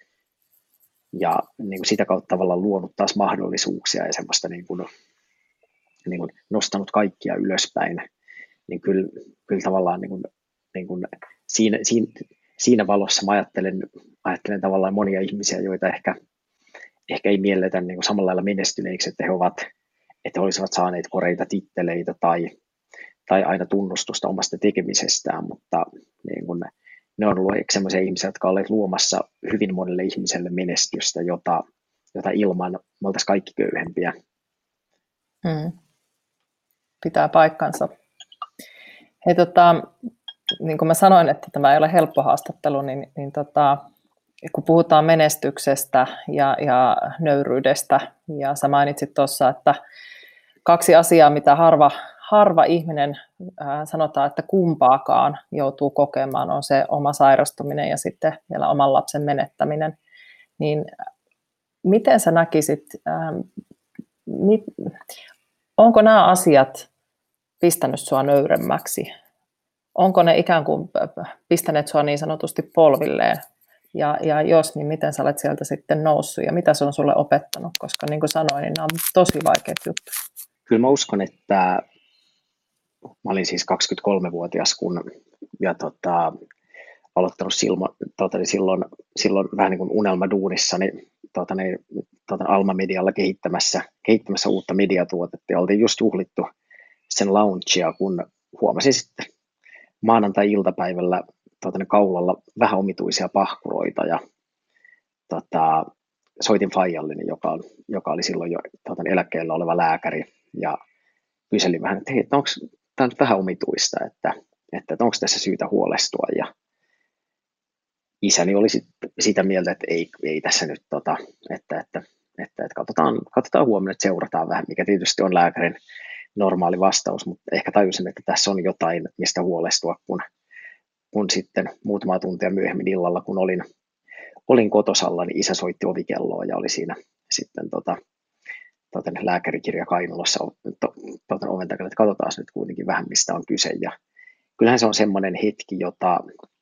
Speaker 2: ja niin kuin sitä kautta tavallaan luonut taas mahdollisuuksia ja semmoista niin kuin, niin kuin nostanut kaikkia ylöspäin, niin kyllä, kyllä tavallaan niin kuin, niin kuin siinä, siinä, siinä valossa mä ajattelen, ajattelen tavallaan monia ihmisiä, joita ehkä, ehkä ei mielletä niin kuin samalla lailla menestyneiksi, että he ovat, että he olisivat saaneet koreita titteleitä tai, tai aina tunnustusta omasta tekemisestään, mutta niin kuin, ne on ollut sellaisia ihmisiä, jotka ovat olleet luomassa hyvin monelle ihmiselle menestystä, jota, jota ilman me oltaisiin kaikki köyhempiä.
Speaker 1: Hmm. Pitää paikkansa. Hei, tota, niin kuin mä sanoin, että tämä ei ole helppo haastattelu, niin, niin tota, kun puhutaan menestyksestä ja, ja nöyryydestä, ja sä mainitsit tuossa, että kaksi asiaa, mitä harva, harva ihminen ää, sanotaan, että kumpaakaan joutuu kokemaan, on se oma sairastuminen ja sitten vielä oman lapsen menettäminen. Niin miten sä näkisit, ää, mit, onko nämä asiat pistänyt sua nöyremmäksi? Onko ne ikään kuin pistäneet sua niin sanotusti polvilleen? Ja, ja jos, niin miten sä olet sieltä sitten noussut ja mitä se on sulle opettanut? Koska niin kuin sanoin, niin nämä on tosi vaikeat juttuja.
Speaker 2: Kyllä mä uskon, että mä olin siis kaksikymmentäkolmevuotias, kun ja tota, aloittanut silloin, tota, silloin, silloin vähän niin kuin unelmaduunissa, niin, tota, niin, tota, Alma Medialla kehittämässä, kehittämässä uutta mediatuotetta, ja oltiin just juhlittu sen launchia, kun huomasin sitten maanantai-iltapäivällä tota, kaulalla vähän omituisia pahkuroita, ja tota, soitin faijalleni, joka, joka oli silloin jo tota, eläkkeellä oleva lääkäri, ja kyselin vähän, että hei, että onko tämä nyt vähän omituista, että, että, että onko tässä syytä huolestua, ja isäni oli sit sitä mieltä, että ei, ei tässä nyt, tota, että, että, että, että katsotaan, katsotaan huomenna, että seurataan vähän, mikä tietysti on lääkärin normaali vastaus, mutta ehkä tajusin, että tässä on jotain, mistä huolestua, kun, kun sitten muutama tuntia myöhemmin illalla, kun olin, olin kotosalla, niin isä soitti ovikelloa ja oli siinä sitten tota, tota, lääkärikirja kainalossa to, to, oven takana, että katsotaan nyt kuitenkin vähän, mistä on kyse. Ja kyllähän se on semmoinen hetki, jota,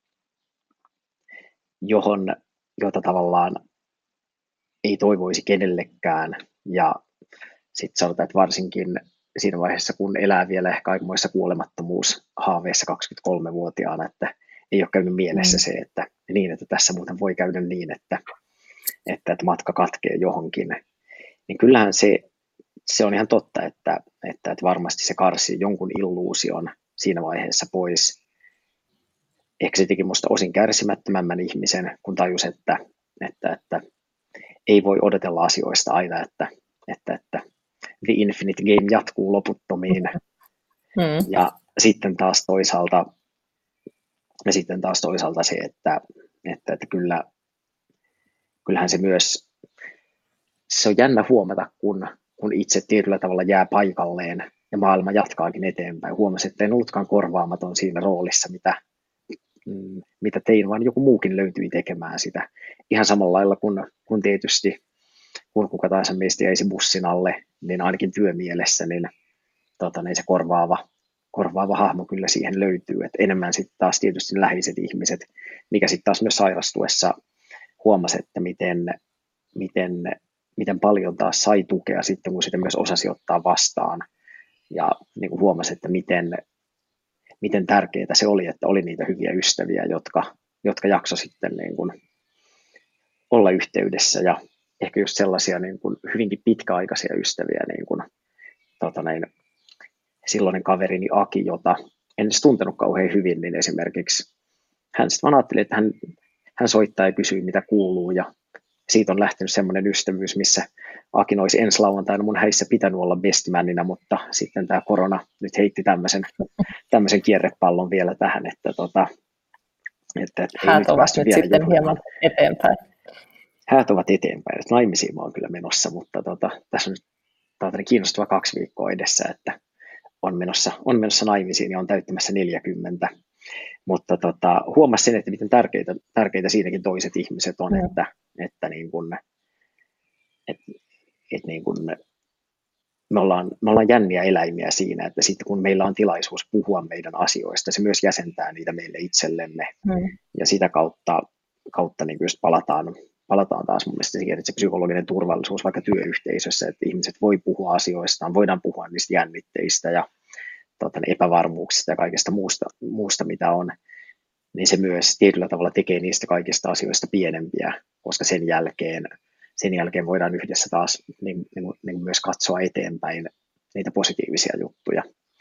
Speaker 2: johon, jota tavallaan ei toivoisi kenellekään. Ja sitten sanotaan, että varsinkin siinä vaiheessa, kun elää vielä ehkä aikamoissa kuolemattomuushaaveissa kaksikymmentäkolmevuotiaana, että ei ole käynyt mielessä mm. se, että niin, että tässä muuten voi käydä niin, että, että, että matka katkee johonkin. Niin kyllähän se, se on ihan totta, että, että, että varmasti se karsii jonkun illuusion siinä vaiheessa pois. Ehkä se teki musta osin kärsimättömämmän ihmisen, kun tajus, että, että, että ei voi odotella asioista aina, että, että, että The Infinite Game jatkuu loputtomiin. Mm. Ja sitten taas toisaalta, ja sitten taas toisaalta se, että, että, että kyllä, kyllähän se myös, se on jännä huomata, kun, kun itse tietyllä tavalla jää paikalleen ja maailma jatkaakin eteenpäin. Huomasin, että en ollutkaan korvaamaton siinä roolissa, mitä, mm, mitä tein, vaan joku muukin löytyi tekemään sitä. Ihan samalla lailla kuin, kun tietysti, kun kuka tahansa meistä jäisi bussin alle, niin ainakin työmielessä, niin, tota, niin se korvaava, korvaava hahmo kyllä siihen löytyy. Et enemmän sitten taas tietysti läheiset ihmiset, mikä sitten taas myös sairastuessa huomasi, että miten, miten miten paljon taas sai tukea sitten, kun sitä myös osasi ottaa vastaan. Ja niin kuin huomasi, että miten, miten tärkeää se oli, että oli niitä hyviä ystäviä, jotka, jotka jakso sitten niin kuin olla yhteydessä. Ja ehkä just sellaisia niin kuin hyvinkin pitkäaikaisia ystäviä, niin kuin tota näin, silloinen kaverini Aki, jota en edes tuntenut kauhean hyvin, niin esimerkiksi hän sitten vaan ajatteli, että hän, hän soittaa ja kysyy, mitä kuuluu, ja siitä on lähtenyt semmoinen ystävyys, missä Akin olisi ensi lauantaina mun häissä pitänyt olla bestmanina, mutta sitten tämä korona nyt heitti tämmöisen, tämmöisen kierrepallon vielä tähän, että, tota, että, että ei
Speaker 1: Häät
Speaker 2: nyt
Speaker 1: ovat
Speaker 2: päästy
Speaker 1: nyt
Speaker 2: vielä
Speaker 1: sitten
Speaker 2: juhlimaan.
Speaker 1: hieman eteenpäin.
Speaker 2: Häät ovat eteenpäin, että naimisiin mä oon kyllä menossa, mutta tota, tässä on nyt tota, kiinnostava kaksi viikkoa edessä, että on menossa, on menossa naimisiin ja on täyttämässä neljäkymmentä. Mutta tota, huomasin, että miten tärkeitä, tärkeitä siinäkin toiset ihmiset on, mm. että, että, niin kun, että, että niin kun me, ollaan, me ollaan jänniä eläimiä siinä, että sitten kun meillä on tilaisuus puhua meidän asioista, se myös jäsentää niitä meille itsellemme. Mm. Ja sitä kautta, kautta niin just palataan, palataan taas mun mielestä siihen, että se psykologinen turvallisuus vaikka työyhteisössä, että ihmiset voi puhua asioistaan, voidaan puhua niistä jännitteistä ja Tota, epävarmuuksista ja kaikesta muusta, muusta, mitä on, niin se myös tietyllä tavalla tekee niistä kaikista asioista pienempiä, koska sen jälkeen, sen jälkeen voidaan yhdessä taas niin, niin, niin myös katsoa eteenpäin niitä positiivisia juttuja.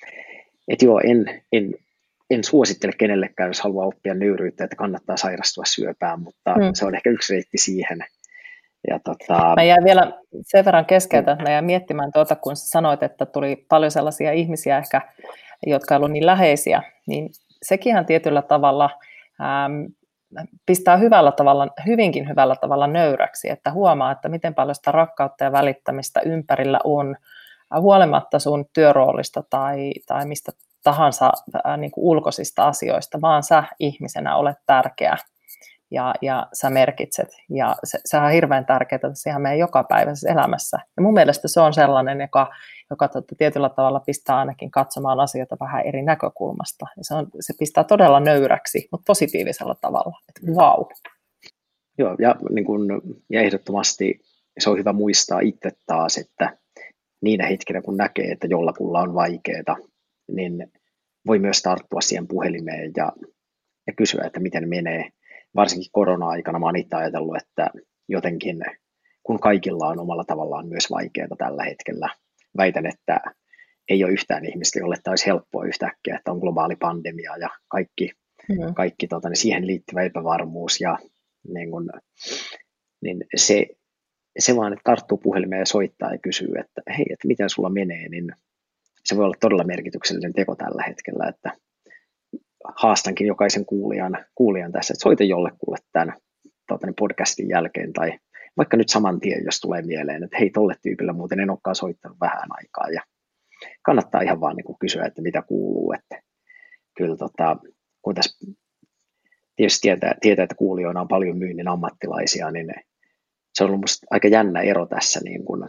Speaker 2: Et joo, en, en, en suosittele kenellekään, jos haluaa oppia nöyryyttä, että kannattaa sairastua syöpään, mutta hmm. se on ehkä yksi reitti siihen. Ja tota...
Speaker 1: Mä jäin vielä sen verran keskeltä, että mä jäin miettimään tuota, kun sä sanoit, että tuli paljon sellaisia ihmisiä ehkä, jotka ei ollut niin läheisiä, niin sekinhän tietyllä tavalla ähm, pistää hyvällä tavalla, hyvinkin hyvällä tavalla nöyräksi, että huomaa, että miten paljon sitä rakkautta ja välittämistä ympärillä on, huolimatta sun työroolista tai, tai mistä tahansa äh, niin kuin ulkoisista asioista, vaan sä ihmisenä olet tärkeä. Ja, ja sä merkitset. Ja se, sehän on hirveän tärkeää siihen meidän jokapäiväisessä elämässä. Ja mun mielestä se on sellainen, joka, joka totta, tietyllä tavalla pistää ainakin katsomaan asioita vähän eri näkökulmasta. Ja se, on, se pistää todella nöyräksi, mutta positiivisella tavalla. Että vau. Wow.
Speaker 2: Joo, ja, niin kun, ja ehdottomasti se on hyvä muistaa itse taas, että niinä hetkinä kun näkee, että jollakulla on vaikeaa, niin voi myös tarttua siihen puhelimeen ja, ja kysyä, että miten menee. Varsinkin korona-aikana mä oon itse ajatellut, että jotenkin kun kaikilla on omalla tavallaan myös vaikeaa tällä hetkellä, väitän, että ei ole yhtään ihmistä, jolle tämä olisi helppoa yhtäkkiä, että on globaali pandemia ja kaikki, mm-hmm. kaikki tota, niin siihen liittyvä epävarmuus ja niin kun, niin se, se vaan, että tarttuu puhelimeen ja soittaa ja kysyy, että hei, että miten sulla menee, niin se voi olla todella merkityksellinen teko tällä hetkellä, että haastankin jokaisen kuulijan, kuulijan tässä, että soita jollekulle tämän tuota, podcastin jälkeen tai vaikka nyt saman tien, jos tulee mieleen, että hei, tolle tyypillä muuten en olekaan soittanut vähän aikaa ja kannattaa ihan vaan niin kuin kysyä, että mitä kuuluu, että kyllä tota, kun tässä tietysti tietää, tietää, että kuulijoina on paljon myynnin ammattilaisia, niin se on ollut musta aika jännä ero tässä, niin kuin,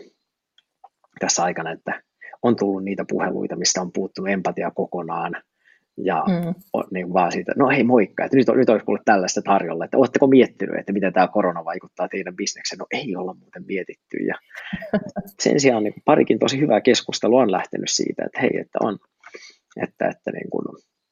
Speaker 2: tässä aikana, että on tullut niitä puheluita, mistä on puuttunut empatia kokonaan, ja mm. niin vaan siitä, no hei moikka, että nyt, nyt olisi kuullut tällaista tarjolla, että oletteko miettinyt, että miten tämä korona vaikuttaa teidän bisnekseen? No ei olla muuten mietitty. Ja sen sijaan niin parikin tosi hyvää keskustelua on lähtenyt siitä, että hei, että on, että, että, niin kuin,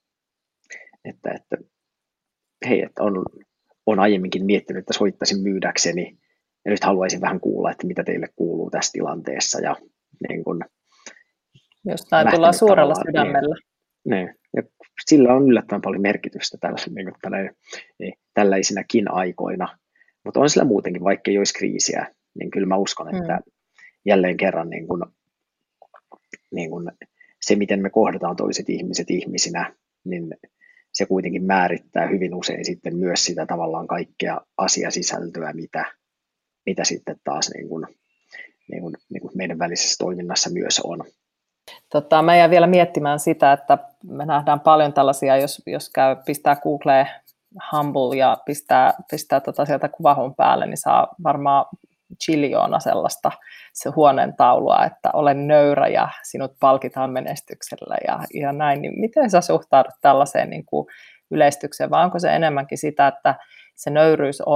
Speaker 2: että, että hei, että on, on aiemminkin miettinyt, että soittaisin myydäkseni, ja nyt haluaisin vähän kuulla, että mitä teille kuuluu tässä tilanteessa. Ja, niin kuin,
Speaker 1: jostain tullaan suurella sydämellä.
Speaker 2: Niin, niin. Ja sillä on yllättävän paljon merkitystä niin tällä, niin, tällaisinäkin aikoina, mutta on sillä muutenkin, vaikka ei olisi kriisiä, niin kyllä mä uskon, että mm. jälleen kerran niin kun, niin kun se, miten me kohdataan toiset ihmiset ihmisinä, niin se kuitenkin määrittää hyvin usein sitten myös sitä tavallaan kaikkea asiasisältöä, mitä, mitä sitten taas niin kun, niin kun, niin kun meidän välisessä toiminnassa myös on.
Speaker 1: Tota, mä jään vielä miettimään sitä, että me nähdään paljon tällaisia, jos, jos käy, pistää Googleen Humble ja pistää, pistää tota sieltä kuvahon päälle, niin saa varmaan chiljoona sellaista se huoneen taulua, että olen nöyrä ja sinut palkitaan menestyksellä ja, ja näin. Niin miten sä suhtaudut tällaiseen niin kuin yleistykseen, vai onko se enemmänkin sitä, että se nöyryys on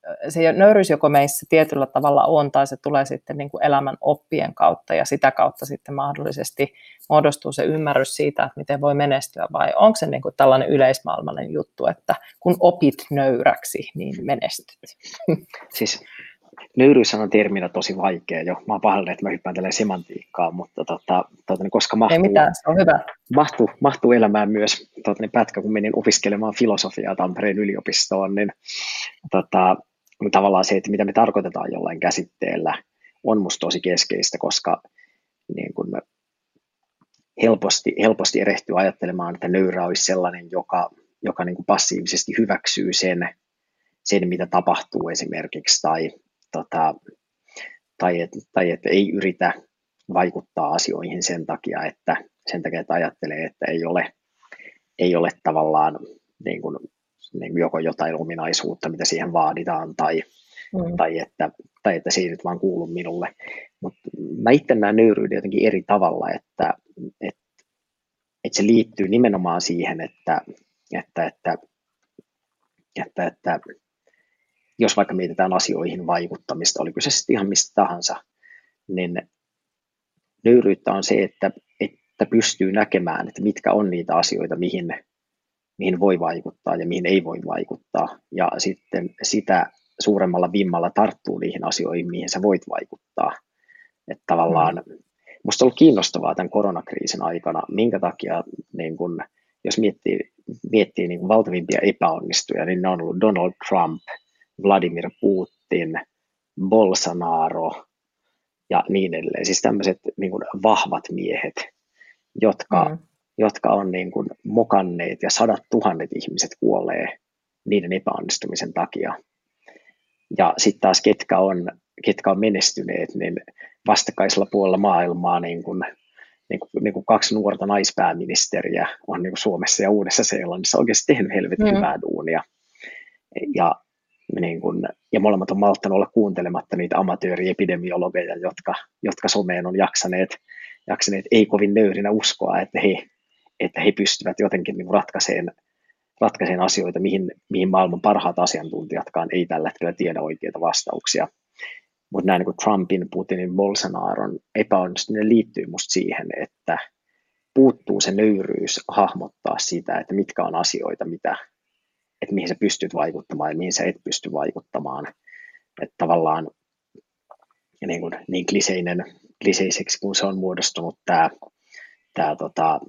Speaker 1: se nöyryys joko meissä tietyllä tavalla on, tai se tulee sitten niin kuin elämän oppien kautta, ja sitä kautta sitten mahdollisesti muodostuu se ymmärrys siitä, että miten voi menestyä, vai onko se niin kuin tällainen yleismaailmallinen juttu, että kun opit nöyräksi, niin menestyt?
Speaker 2: Siis nöyryys on terminä tosi vaikea jo. Mä oon pahoillani, että mä hyppään tälleen semantiikkaan, mutta tota, tota, niin koska mahtuu,
Speaker 1: ei mitään, se on hyvä.
Speaker 2: Mahtuu, mahtuu elämään myös tota, niin pätkä, kun menin opiskelemaan filosofiaa Tampereen yliopistoon, niin tota, tavallaan se, että mitä me tarkoitetaan jollain käsitteellä, on musta tosi keskeistä, koska niin kun helposti, helposti erehtyy ajattelemaan, että nöyrä olisi sellainen, joka, joka niin kuin passiivisesti hyväksyy sen, sen, mitä tapahtuu esimerkiksi, tai, tota, tai, et, tai että ei yritä vaikuttaa asioihin sen takia, että, sen takia, että ajattelee, että ei ole, ei ole tavallaan niin kuin, niin kuin joko jotain ominaisuutta, mitä siihen vaaditaan, tai, mm. tai, että, tai että se ei nyt vaan kuulu minulle. Mutta mä itse näen nöyryyden jotenkin eri tavalla, että, että, että se liittyy nimenomaan siihen, että, että, että, että, että jos vaikka mietitään asioihin vaikuttamista, oliko se sitten ihan mistä tahansa, niin nöyryyttä on se, että, että pystyy näkemään, että mitkä on niitä asioita, mihin, mihin voi vaikuttaa ja mihin ei voi vaikuttaa. Ja sitten sitä suuremmalla vimmalla tarttuu niihin asioihin, mihin sä voit vaikuttaa. Että tavallaan mm. musta on ollut kiinnostavaa tämän koronakriisin aikana, minkä takia, niin kun, jos miettii, miettii niin kun valtavimpia epäonnistuja, niin ne on ollut Donald Trump, Vladimir Putin, Bolsonaro ja niin edelleen. Siis tämmöiset niin kuin vahvat miehet, jotka, mm. jotka on niin kuin mokanneet ja sadat tuhannet ihmiset kuolee niiden epäonnistumisen takia. Ja sitten taas ketkä on, ketkä on menestyneet, niin vastakkaisella puolella maailmaa niin kuin, niin kuin, niin kuin kaksi nuorta naispääministeriä on niin kuin Suomessa ja Uudessa-Seelannissa oikeasti tehnyt helvetin mm. hyvää duunia. Ja Niin kun, ja molemmat on malttanut olla kuuntelematta niitä amatööriepidemiologeja, jotka, jotka someen on jaksaneet, jaksaneet ei kovin nöyrinä uskoa, että he, että he pystyvät jotenkin niin ratkaiseen, ratkaiseen asioita, mihin, mihin maailman parhaat asiantuntijatkaan ei tällä hetkellä tiedä oikeita vastauksia. Mutta näin niin kuin Trumpin, Putinin, Bolsonaron epäonnistuminen liittyy musta siihen, että puuttuu se nöyryys hahmottaa sitä, että mitkä on asioita, mitä että mihin sä pystyt vaikuttamaan ja mihin sä et pysty vaikuttamaan. Että tavallaan niin, kuin, niin kliseinen, kliseiseksi kun se on muodostunut tämä, tämä, tota,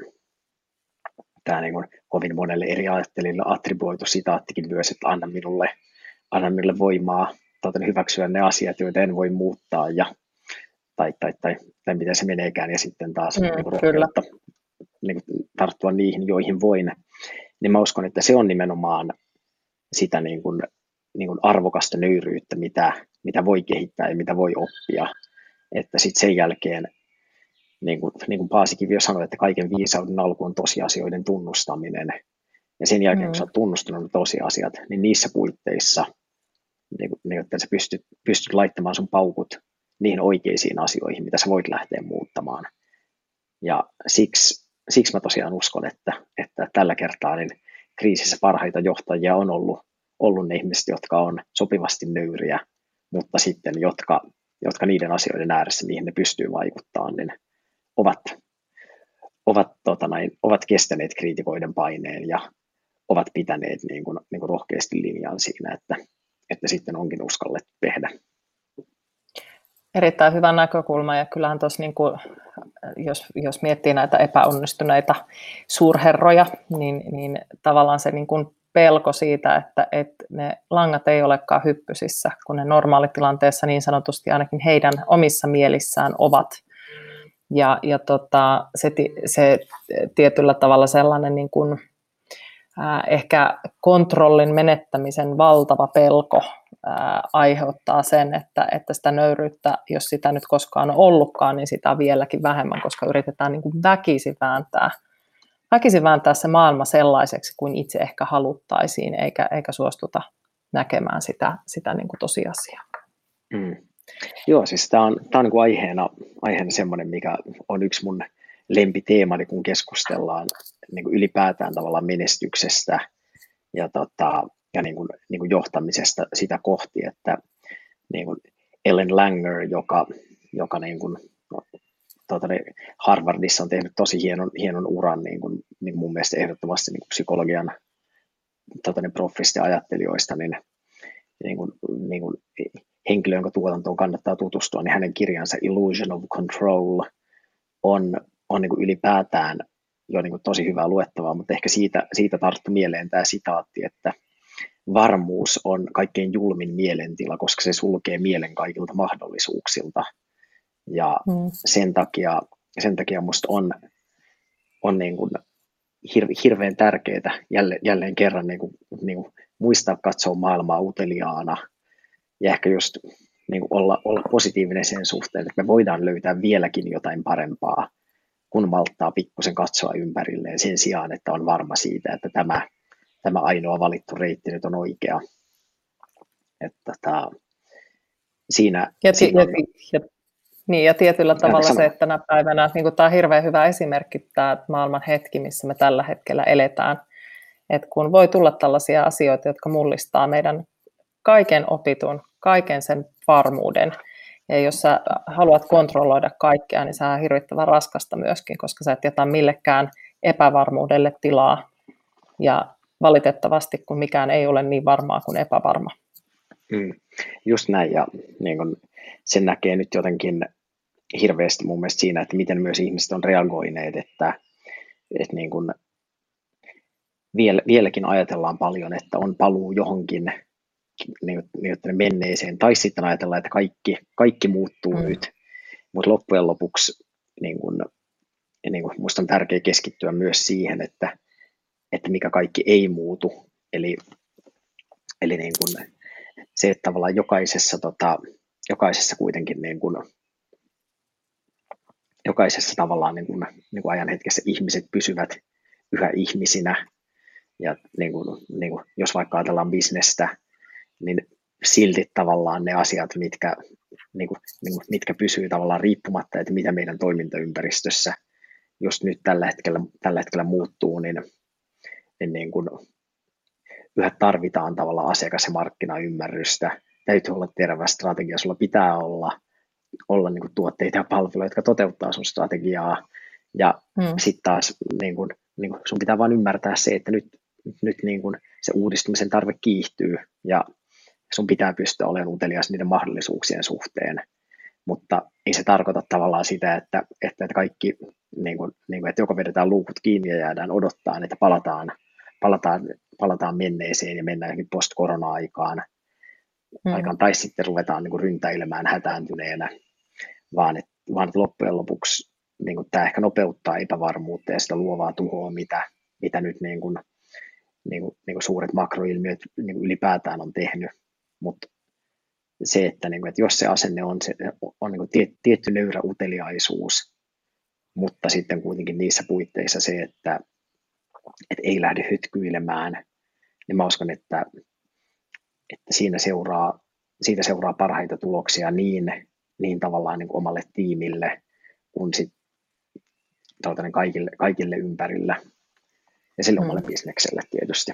Speaker 2: tämä niin kuin kovin monelle eri ajattelijalle attribuoitu sitaattikin myös, että anna minulle, anna minulle voimaa tota, hyväksyä ne asiat, joita en voi muuttaa ja, tai, tai, tai, tai miten se meneekään ja sitten taas mm, niin kuin rohkeutta niin kuin, tarttua niihin, joihin voin. Niin mä uskon, että se on nimenomaan sitä niin kuin, niin kuin arvokasta nöyryyttä, mitä, mitä voi kehittää ja mitä voi oppia. Että sitten sen jälkeen, niin kuin, niin kuin Paasikivi jo sanoi, että kaiken viisauden alku on tosiasioiden tunnustaminen. Ja sen jälkeen, mm. kun sä oot tunnustanut ne tosiasiat, niin niissä puitteissa, niin, niin että sä pystyt, pystyt laittamaan sun paukut niihin oikeisiin asioihin, mitä sä voit lähteä muuttamaan. Ja siksi, siksi mä tosiaan uskon, että, että tällä kertaa niin kriisissä parhaita johtajia on ollut, ollut ne ihmiset, jotka on sopivasti nöyriä, mutta sitten jotka, jotka niiden asioiden ääressä, mihin ne pystyy vaikuttamaan, niin ovat, ovat, tota näin, ovat kestäneet kriitikoiden paineen ja ovat pitäneet niin kuin, niin kuin rohkeasti linjaan siinä, että, että sitten onkin uskallettu tehdä.
Speaker 1: Erittäin hyvä näkökulma, ja kyllähän tuossa, niin kuin, jos, jos miettii näitä epäonnistuneita suurherroja, niin, niin tavallaan se niin kuin pelko siitä, että, että ne langat ei olekaan hyppysissä, kun ne normaalitilanteessa niin sanotusti ainakin heidän omissa mielissään ovat. Ja, ja tota, se, se tietyllä tavalla sellainen niin kuin, äh, ehkä kontrollin menettämisen valtava pelko äh, aiheuttaa sen, että, että sitä nöyryyttä, jos sitä nyt koskaan on ollutkaan, niin sitä on vieläkin vähemmän, koska yritetään niin kuin väkisin vääntää, väkisin vääntää se maailma sellaiseksi kuin itse ehkä haluttaisiin, eikä, eikä suostuta näkemään sitä, sitä niin kuin tosiasiaa.
Speaker 2: Mm. Joo, siis tämä on, tää on niin kuin aiheena, aiheena semmoinen, mikä on yksi mun lempiteemani, kun keskustellaan niin kuin ylipäätään tavallaan menestyksestä ja, tota, ja niin kuin, niin kuin johtamisesta sitä kohti, että niin kuin Ellen Langer, joka, joka niin kuin, tuota, niin Harvardissa on tehnyt tosi hienon, hienon uran niin kuin, niin kuin mun mielestä ehdottomasti niin kuin psykologian tuota, niin proffista ajattelijoista, niin, niin kuin, niin kuin henkilö, jonka tuotantoon kannattaa tutustua, niin hänen kirjansa Illusion of Control on, on niin kuin ylipäätään jo niin kuin tosi hyvää luettavaa, mutta ehkä siitä, siitä tarttui mieleen tämä sitaatti, että varmuus on kaikkein julmin mielentila, koska se sulkee mielen kaikilta mahdollisuuksilta. Ja mm. sen takia, sen takia musta on, on niin kuin hir, hirveän tärkeää jälleen, jälleen kerran niin kuin, niin kuin muistaa katsoa maailmaa uteliaana ja ehkä just niin kuin olla, olla positiivinen sen suhteen, että me voidaan löytää vieläkin jotain parempaa, kun malttaa pikkusen katsoa ympärilleen sen sijaan, että on varma siitä, että tämä, tämä ainoa valittu reitti nyt on oikea. Että, ta, siinä,
Speaker 1: ja,
Speaker 2: siinä on,
Speaker 1: ja, niin, ja tietyllä tavalla se, että tänä päivänä niin tämä on hirveän hyvä esimerkki, tämä maailman hetki, missä me tällä hetkellä eletään. Että kun voi tulla tällaisia asioita, jotka mullistaa meidän kaiken opitun, kaiken sen varmuuden, ja jos sä haluat kontrolloida kaikkea, niin se on hirvittävän raskasta myöskin, koska sä et jätä millekään epävarmuudelle tilaa, ja valitettavasti, kun mikään ei ole niin varmaa kuin epävarma.
Speaker 2: Mm, just näin, ja niin kun, sen näkee nyt jotenkin hirveästi mun mielestä siinä, että miten myös ihmiset on reagoineet, että, että niin kun, vielä, vieläkin ajatellaan paljon, että on paluu johonkin niin, niin, menneeseen, tai sitten ajatellaan, että kaikki, kaikki muuttuu mm. nyt, mutta loppujen lopuksi niin kun, niin kun, musta on tärkeää keskittyä myös siihen, että, että mikä kaikki ei muutu, eli, eli niin kun, se, että tavallaan jokaisessa, tota, jokaisessa kuitenkin niin kun, jokaisessa tavallaan niin kun, niin kun ajan hetkessä ihmiset pysyvät yhä ihmisinä, ja niin kun, niin kun, jos vaikka ajatellaan bisnestä, niin silti tavallaan ne asiat, mitkä, niin kuin, niin kuin, mitkä pysyy tavallaan riippumatta, että mitä meidän toimintaympäristössä just nyt tällä hetkellä, tällä hetkellä muuttuu, niin, niin, niin kuin, yhä tarvitaan tavallaan asiakas- ja markkinaymmärrystä. Täytyy olla terve strategia, sulla pitää olla, olla niin kuin tuotteita ja palveluja, jotka toteuttaa sun strategiaa, ja hmm. sitten taas niin kuin, niin kuin, sun pitää vain ymmärtää se, että nyt, nyt niin kuin, se uudistumisen tarve kiihtyy, ja sun pitää pystyä olemaan utelias niiden mahdollisuuksien suhteen, mutta ei se tarkoita tavallaan sitä, että, että kaikki, niin kuin, niin kuin, että joko vedetään luukut kiinni ja jäädään odottaa, että palataan, palataan, palataan menneeseen ja mennään johonkin post-korona-aikaan, mm. aikaan, tai sitten ruvetaan niin kuin ryntäilemään hätääntyneenä, vaan että, vaan että loppujen lopuksi niin kuin, tämä ehkä nopeuttaa epävarmuutta ja sitä luovaa tuhoa, mitä, mitä nyt niin kuin, niin kuin, niin kuin suuret makroilmiöt niin kuin ylipäätään on tehnyt. Mutta se, että, niin kuin, että jos se asenne on, se, on niin kuin tiet, tietty nöyrä uteliaisuus, mutta sitten kuitenkin niissä puitteissa se, että, että ei lähde hytkyilemään, niin mä uskon, että, että siinä seuraa, siitä seuraa parhaita tuloksia niin, niin tavallaan niin kuin omalle tiimille kuin sit, kaikille, kaikille ympärillä ja sille omalle hmm. bisnekselle tietysti.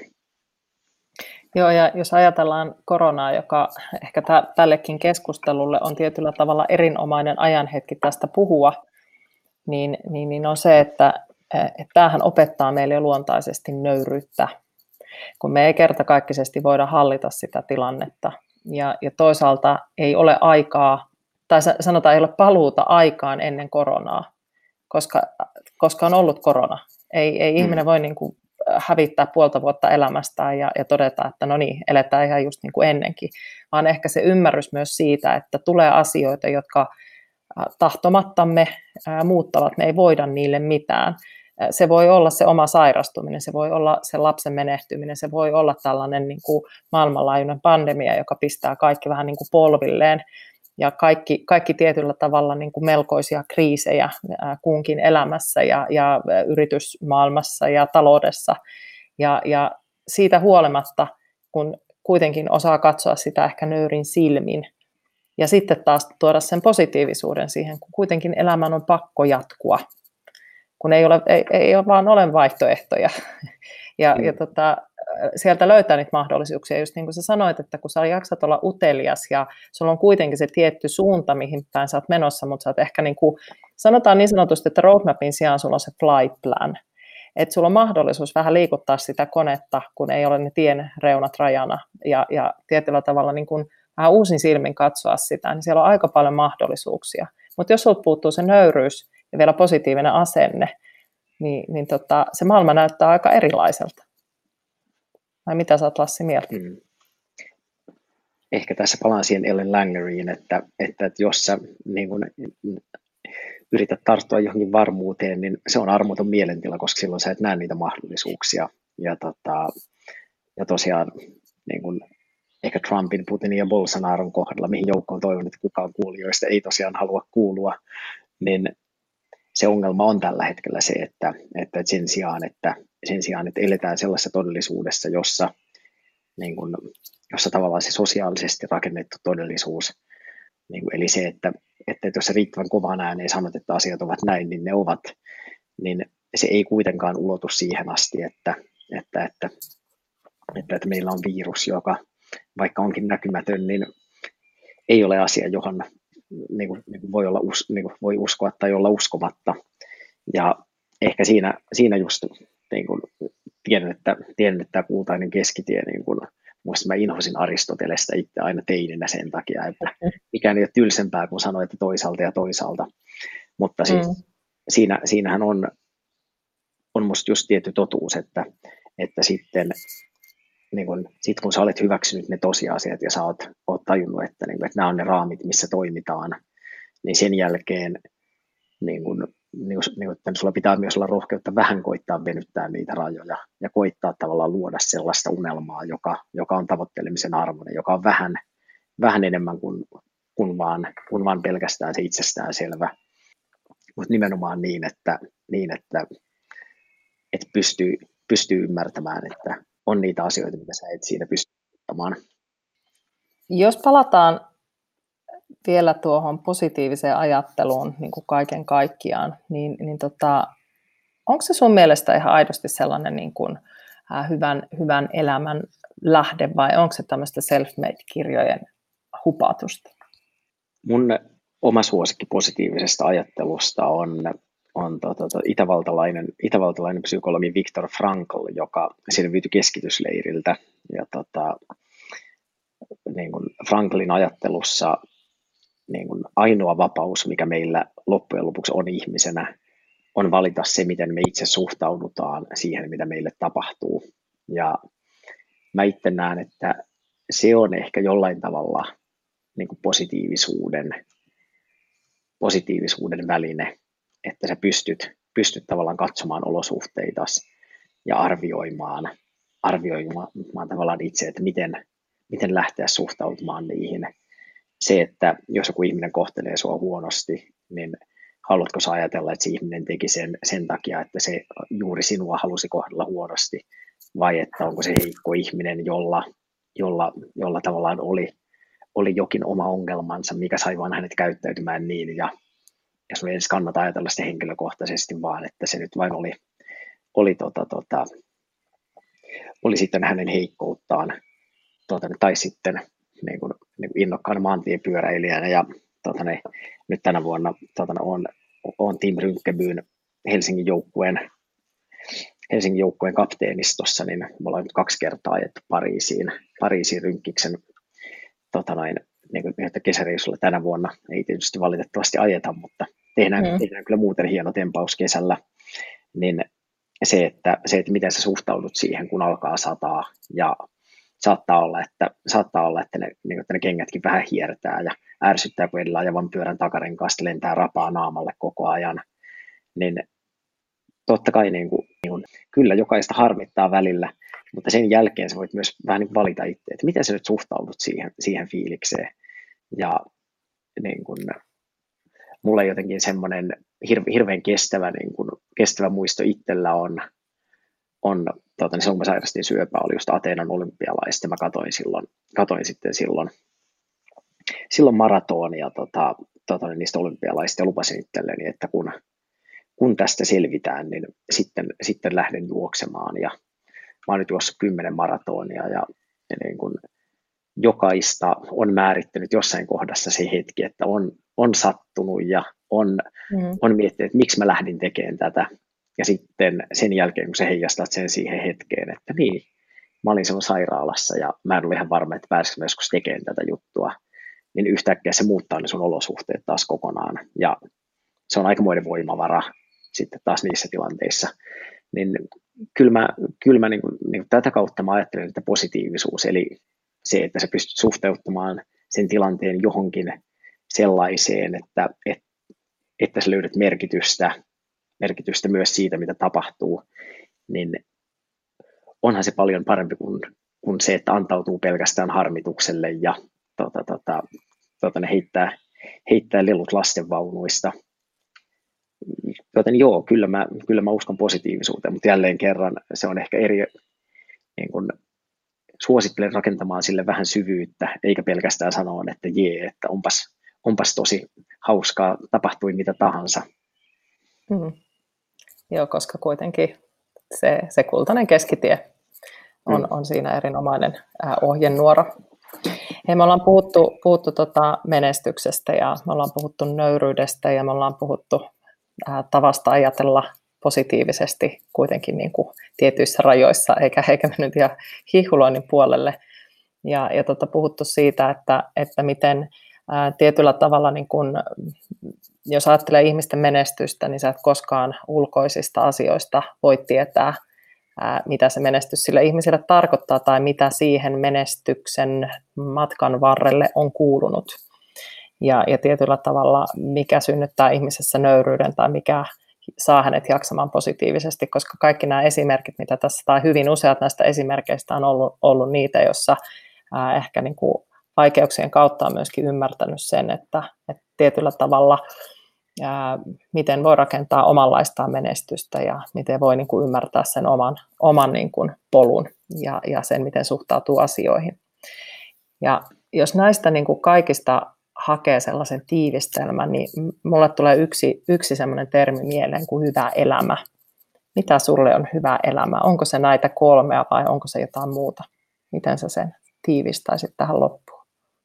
Speaker 1: Joo, ja jos ajatellaan koronaa, joka ehkä t- tällekin keskustelulle on tietyllä tavalla erinomainen ajanhetki tästä puhua, niin, niin, niin on se, että, että tämähän opettaa meille luontaisesti nöyryyttä, kun me ei kertakaikkisesti voida hallita sitä tilannetta. Ja, ja toisaalta ei ole aikaa, tai sanotaan ei ole paluuta aikaan ennen koronaa, koska, koska on ollut korona. Ei, ei ihminen voi niin kuin hävittää puolta vuotta elämästään ja, ja todeta, että no niin, eletään ihan just niin kuin ennenkin, vaan ehkä se ymmärrys myös siitä, että tulee asioita, jotka tahtomattamme muuttavat, me ei voida niille mitään. Se voi olla se oma sairastuminen, se voi olla se lapsen menehtyminen, se voi olla tällainen niin kuin maailmanlaajuinen pandemia, joka pistää kaikki vähän niin kuin polvilleen, ja kaikki, kaikki tietyllä tavalla niin kuin melkoisia kriisejä kunkin elämässä ja, ja yritysmaailmassa ja taloudessa. Ja, ja siitä huolimatta, kun kuitenkin osaa katsoa sitä ehkä nöyrin silmin, ja sitten taas tuoda sen positiivisuuden siihen, kun kuitenkin elämän on pakko jatkua, kun ei, ole, ei, ei ole vaan ole vaihtoehtoja. Ja,
Speaker 2: Mm.
Speaker 1: ja tota, sieltä löytää niitä mahdollisuuksia, just niin kuin sä sanoit, että kun sä jaksat olla utelias ja sulla on kuitenkin se tietty suunta, mihin päin sä oot menossa, mutta sä oot ehkä niin kuin, sanotaan niin sanotusti, että roadmapin sijaan sulla on se flight plan. Että sulla on mahdollisuus vähän liikuttaa sitä konetta, kun ei ole ne tien reunat rajana ja, ja tietyllä tavalla niin kuin vähän uusin silmin katsoa sitä, niin siellä on aika paljon mahdollisuuksia. Mutta jos sulta puuttuu se nöyryys ja vielä positiivinen asenne, niin, niin tota, se maailma näyttää aika erilaiselta. Vai mitä sä oot, Lassi, mieltä?
Speaker 2: Mm. Ehkä tässä palaan siihen Ellen Langeriin, että, että, että jos sä niin kun, yrität tarttua johonkin varmuuteen, niin se on armoton mielentila, koska silloin sä et näe niitä mahdollisuuksia. Ja, tota, ja tosiaan niin kun, ehkä Trumpin, Putinin ja Bolsonaron kohdalla, mihin joukkoon toivon, että kukaan kuulijoista ei tosiaan halua kuulua, niin se ongelma on tällä hetkellä se, että, että sen, sijaan, että sen sijaan, että eletään sellaisessa todellisuudessa, jossa, niin kun, jossa tavallaan se sosiaalisesti rakennettu todellisuus, niin kun, eli se, että, että jos se riittävän kovan ääneen sanot, että asiat ovat näin, niin ne ovat, niin se ei kuitenkaan ulotu siihen asti, että, että, että, että, että meillä on virus, joka vaikka onkin näkymätön, niin ei ole asia, johon niin kuin, niin kuin voi, olla, niin kuin voi uskoa tai olla uskomatta. Ja ehkä siinä, siinä just niin kuin, tiedän, että, tiedän, että tämä kultainen keskitie, niin kuin, muista mä inhosin Aristotelesta itse aina teininä sen takia, että mikään ei ole tylsempää kuin sanoa, että toisaalta ja toisaalta. Mutta siis, mm. siinä, siinähän on, on musta just tietty totuus, että, että sitten niin kun, sit kun sä olet hyväksynyt ne tosiasiat ja sä oot, oot tajunnut, että, niin kun, että nämä on ne raamit, missä toimitaan, niin sen jälkeen niin kun, niin kun, niin kun, sulla pitää myös olla rohkeutta vähän koittaa venyttää niitä rajoja ja koittaa tavallaan luoda sellaista unelmaa, joka, joka on tavoittelemisen arvoinen, joka on vähän, vähän enemmän kuin, kuin, vaan, kuin vaan pelkästään se itsestään selvä, mutta nimenomaan niin, että, niin, että, että pystyy, pystyy ymmärtämään, että on niitä asioita, mitä sä et siinä pysty ottamaan.
Speaker 1: Jos palataan vielä tuohon positiiviseen ajatteluun niin kuin kaiken kaikkiaan, niin, niin tota, onko se sun mielestä ihan aidosti sellainen niin kuin, äh, hyvän, hyvän elämän lähde vai onko se tämmöistä self-made-kirjojen hupatusta?
Speaker 2: Mun oma suosikki positiivisesta ajattelusta on, on to, to, to, itävaltalainen, itävaltalainen psykologi Viktor Frankl, joka selviytyi keskitysleiriltä. Ja, tota, niin kuin Franklin ajattelussa niin kuin ainoa vapaus, mikä meillä loppujen lopuksi on ihmisenä, on valita se, miten me itse suhtaudutaan siihen, mitä meille tapahtuu. Ja mä itse näen, että se on ehkä jollain tavalla niin kuin positiivisuuden, positiivisuuden väline, että sä pystyt, pystyt tavallaan katsomaan olosuhteitasi ja arvioimaan, arvioimaan tavallaan itse, että miten, miten lähteä suhtautumaan niihin. Se, että jos joku ihminen kohtelee sua huonosti, niin haluatko sä ajatella, että se ihminen teki sen sen takia, että se juuri sinua halusi kohdella huonosti, vai että onko se heikko ihminen, jolla, jolla, jolla tavallaan oli, oli jokin oma ongelmansa, mikä sai vaan hänet käyttäytymään niin, ja, ja sun ei edes kannata ajatella sitä henkilökohtaisesti, vaan että se nyt vain oli, oli, tota, tota, oli sitten hänen heikkouttaan, tota, tai sitten niin kuin, niin kuin innokkaan maantiepyöräilijänä, ja tota, ne, nyt tänä vuonna tota, on, on Tim Rynkebyn Helsingin joukkueen Helsingin joukkueen kapteenistossa, niin me ollaan nyt kaksi kertaa ajettu Pariisiin, Pariisiin Rynkkiksen tota noin, niin kuin kesäreissulla tänä vuonna. Ei tietysti valitettavasti ajeta, mutta tehdään, mm. tehdään kyllä muuten hieno tempaus kesällä. Niin se, että, se, että miten sä suhtaudut siihen, kun alkaa sataa, ja saattaa olla, että, saattaa olla, että, ne, niin, että ne kengätkin vähän hiertää ja ärsyttää, kun edellä ajavan pyörän takarenkaasta lentää rapaa naamalle koko ajan, niin totta kai niin kuin, niin kuin, kyllä jokaista harmittaa välillä, mutta sen jälkeen sä voit myös vähän niin kuin valita itse, että miten sä nyt suhtaudut siihen, siihen fiilikseen. Ja niin kuin, mulla jotenkin semmoinen hirve, hirveän kestävä, niin kuin, kestävä muisto itsellä on, on tuota, niin silloin mä sairastin syöpää, oli just Ateenan olympialaiset, ja mä katoin, silloin, katoin sitten silloin, silloin maratonia tota, tota, niistä olympialaisista ja lupasin itselleni, että kun kun tästä selvitään, niin sitten, sitten lähden juoksemaan. Ja mä oon nyt juossut kymmenen maratonia ja, ja niin kuin jokaista on määrittänyt jossain kohdassa se hetki, että on, on sattunut ja on,
Speaker 1: Mm.
Speaker 2: on miettinyt, että miksi mä lähdin tekemään tätä. Ja sitten sen jälkeen, kun sä heijastat sen siihen hetkeen, että niin, mä olin silloin sairaalassa ja mä en ole ihan varma, että pääsisikö mä joskus tekemään tätä juttua, niin yhtäkkiä se muuttaa ne sun olosuhteet taas kokonaan. Ja se on aikamoinen voimavara sitten taas niissä tilanteissa. Niin kyllä mä, kyllä mä niin kuin, niin kuin tätä kautta mä ajattelen, että positiivisuus, eli se, että sä pystyt suhteuttamaan sen tilanteen johonkin sellaiseen, että, että, että sä löydät merkitystä, merkitystä myös siitä, mitä tapahtuu, niin onhan se paljon parempi kuin, kuin se, että antautuu pelkästään harmitukselle ja tota, tota, tota, ne heittää, heittää lelut lastenvaunuista. Joten joo, kyllä mä, kyllä mä uskon positiivisuuteen, mutta jälleen kerran se on ehkä eri, niin kuin, suosittelen rakentamaan sille vähän syvyyttä, eikä pelkästään sanoa, että jee, että onpas, onpas tosi hauskaa, tapahtui mitä tahansa.
Speaker 1: Hmm. Joo, koska kuitenkin se, se kultainen keskitie on, hmm. on siinä erinomainen äh, ohjenuora. Hei, me ollaan puhuttu, puhuttu tota menestyksestä ja me ollaan puhuttu nöyryydestä ja me ollaan puhuttu äh, tavasta ajatella positiivisesti kuitenkin niin kuin tietyissä rajoissa, eikä, eikä mennyt ihan hihuloinnin puolelle. Ja, ja tota, puhuttu siitä, että, että miten ää, tietyllä tavalla, niin kun, jos ajattelee ihmisten menestystä, niin sä et koskaan ulkoisista asioista voi tietää, ää, mitä se menestys sille ihmiselle tarkoittaa tai mitä siihen menestyksen matkan varrelle on kuulunut. Ja, ja tietyllä tavalla, mikä synnyttää ihmisessä nöyryyden tai mikä saa hänet jaksamaan positiivisesti, koska kaikki nämä esimerkit, mitä tässä, tai hyvin useat näistä esimerkkeistä on ollut, ollut niitä, joissa ää, ehkä niin kuin vaikeuksien kautta on myöskin ymmärtänyt sen, että, että tietyllä tavalla ää, miten voi rakentaa omanlaistaan menestystä ja miten voi niin kuin ymmärtää sen oman, oman niin kuin polun ja, ja sen, miten suhtautuu asioihin. Ja jos näistä niin kuin kaikista hakee sellaisen tiivistelmän, niin mulle tulee yksi, yksi sellainen termi mieleen kuin hyvä elämä. Mitä sulle on hyvä elämä? Onko se näitä kolmea vai onko se jotain muuta? Miten sä sen tiivistäisit tähän loppuun?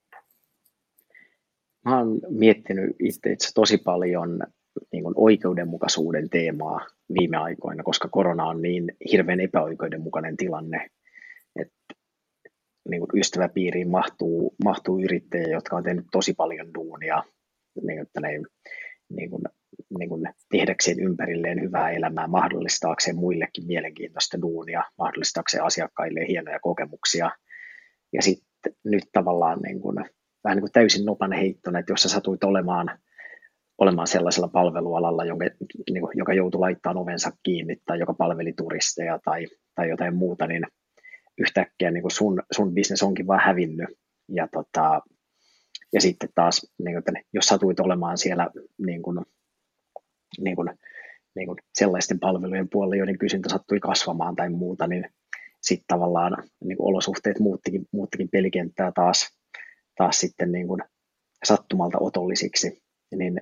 Speaker 2: Mä oon miettinyt itse tosi paljon niin kuin oikeudenmukaisuuden teemaa viime aikoina, koska korona on niin hirveän epäoikeudenmukainen tilanne, että niin kuin ystäväpiiriin mahtuu, mahtuu yrittäjiä, jotka on tehnyt tosi paljon duunia, niin että ne, niin kuin, niin kuin tehdäkseen ympärilleen hyvää elämää, mahdollistaakseen muillekin mielenkiintoista duunia, mahdollistaakseen asiakkaille hienoja kokemuksia. Ja sitten nyt tavallaan niin kuin, vähän niin kuin täysin nopan heittona, että jos sä satuit olemaan, olemaan sellaisella palvelualalla, jonka, niin kuin, joka joutui laittamaan ovensa kiinni tai joka palveli turisteja tai, tai jotain muuta, niin yhtäkkiä niin kuin sun, sun business onkin vaan hävinnyt. Ja, tota, ja sitten taas, niin kuin, jos satuit olemaan siellä niin kuin, niin kuin, niin kuin sellaisten palvelujen puolella, joiden kysyntä sattui kasvamaan tai muuta, niin sitten tavallaan niin kuin olosuhteet muuttikin, muuttikin pelikenttää taas, taas sitten niin kuin sattumalta otollisiksi. Niin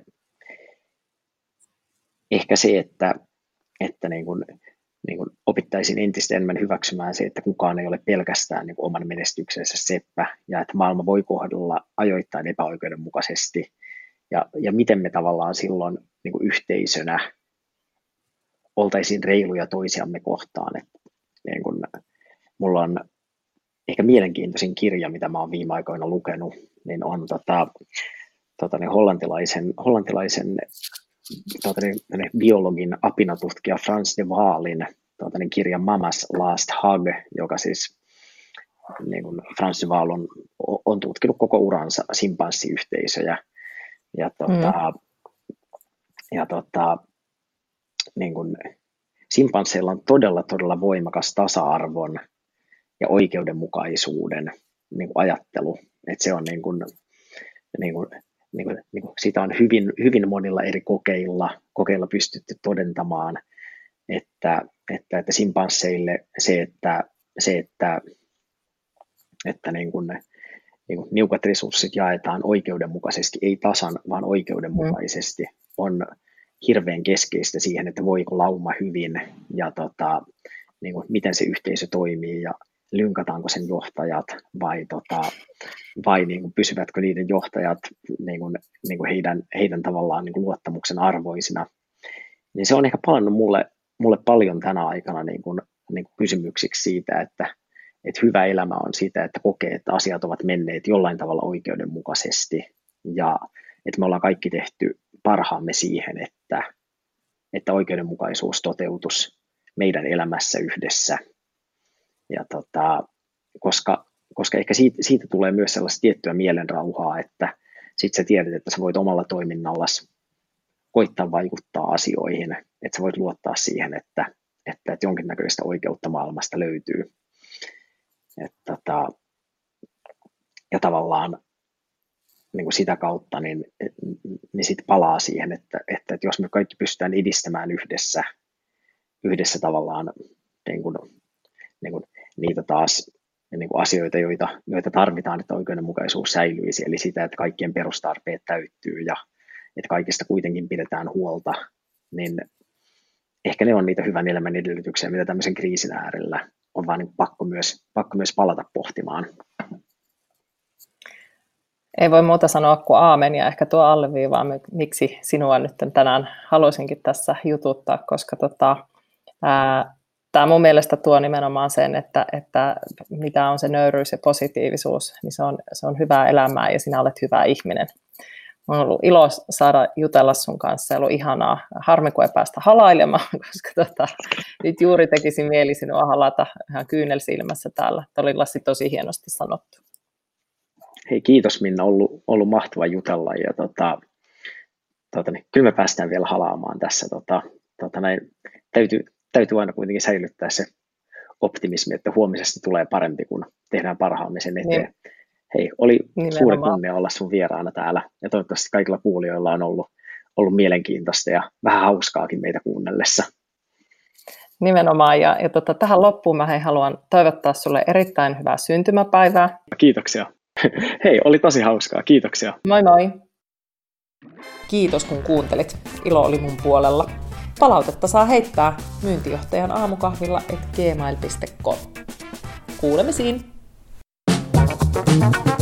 Speaker 2: ehkä se, että, että niin kuin, niin kuin opittaisiin entistä enemmän hyväksymään se, että kukaan ei ole pelkästään niin kuin oman menestyksensä seppä, ja että maailma voi kohdella ajoittain epäoikeudenmukaisesti, ja, ja miten me tavallaan silloin niin kuin yhteisönä oltaisiin reiluja toisiamme kohtaan. Että, niin kuin, mulla on ehkä mielenkiintoisin kirja, mitä mä oon viime aikoina lukenut, niin on tota, tota, niin hollantilaisen, hollantilaisen tota, niin, biologin apinatutkija Frans de Waalin tota, niin, kirja Mama's Last Hug, joka siis niin kuin Frans de Waal on, on tutkinut koko uransa simpanssiyhteisöjä. Ja, tota, mm. ja tota, niin kuin, simpansseilla on todella, todella voimakas tasa-arvon ja oikeudenmukaisuuden niin kuin ajattelu. Että se on niin kuin, niin kuin, niin kuin, niin kuin, sitä on hyvin, hyvin monilla eri kokeilla, kokeilla pystytty todentamaan, että, että, että simpansseille se, että, se, että, että niin kuin, niin kuin niukat resurssit jaetaan oikeudenmukaisesti, ei tasan, vaan oikeudenmukaisesti, on hirveän keskeistä siihen, että voiko lauma hyvin ja, tota, niin kuin, miten se yhteisö toimii ja lynkataanko sen johtajat vai, tota, vai niin kuin, pysyvätkö niiden johtajat niin kuin, niin kuin heidän, heidän tavallaan niin kuin, luottamuksen arvoisina. Niin se on ehkä palannut mulle, mulle paljon tänä aikana niin kuin, niin kuin kysymyksiksi siitä, että, että hyvä elämä on sitä, että kokee, että asiat ovat menneet jollain tavalla oikeudenmukaisesti ja että me ollaan kaikki tehty parhaamme siihen, että, että oikeudenmukaisuus toteutus meidän elämässä yhdessä. Ja tota, koska, koska ehkä siitä, siitä tulee myös sellaista tiettyä mielenrauhaa, että sit sä tiedät, että sä voit omalla toiminnallasi koittaa vaikuttaa asioihin, että sä voit luottaa siihen, että, että, että jonkinnäköistä oikeutta maailmasta löytyy. Et tota, ja tavallaan niin kuin sitä kautta niin, niin sit palaa siihen, että, että, että jos me kaikki pystytään edistämään yhdessä, yhdessä tavallaan niin kuin, niin kuin niitä taas niin kuin asioita, joita, joita tarvitaan, että oikeudenmukaisuus säilyisi, eli sitä, että kaikkien perustarpeet täyttyy ja että kaikista kuitenkin pidetään huolta, niin ehkä ne on niitä hyvän elämän edellytyksiä, mitä tämmöisen kriisin äärellä on vaan niin pakko, myös, pakko myös palata pohtimaan.
Speaker 1: Ei voi muuta sanoa kuin aamen ja ehkä tuo alleviivaa, miksi sinua nyt tänään haluaisinkin tässä jututtaa, koska tota, ää, tämä mun mielestä tuo nimenomaan sen, että, että mitä on se nöyryys ja positiivisuus, niin se on, se on hyvää elämää ja sinä olet hyvä ihminen. On ollut ilo saada jutella sun kanssa, on ollut ihanaa. Harmi, kun ei päästä halailemaan, koska tota, nyt juuri tekisi mieli sinua halata ihan kyynelsilmässä täällä. Tämä oli Lassi tosi hienosti sanottu.
Speaker 2: Hei, kiitos Minna, ollut, ollut mahtava jutella ja tota, tota, niin, kyllä me päästään vielä halaamaan tässä. Tota, tota, näin, täytyy, täytyy aina kuitenkin säilyttää se optimismi, että huomisesta tulee parempi, kun tehdään parhaamme sen eteen. Niin. Hei, oli nimenomaan suuri kunnia olla sun vieraana täällä ja toivottavasti kaikilla kuulijoilla on ollut, ollut mielenkiintoista ja vähän hauskaakin meitä kuunnellessa.
Speaker 1: Nimenomaan ja, ja tota, tähän loppuun mä hei, haluan toivottaa sulle erittäin hyvää syntymäpäivää.
Speaker 2: Kiitoksia. Hei, oli tosi hauskaa. Kiitoksia.
Speaker 1: Moi moi. Kiitos kun kuuntelit. Ilo oli mun puolella. Palautetta saa heittää myyntijohtajan aamukahvilla at gmail piste com. Kuulemisiin. Thank you.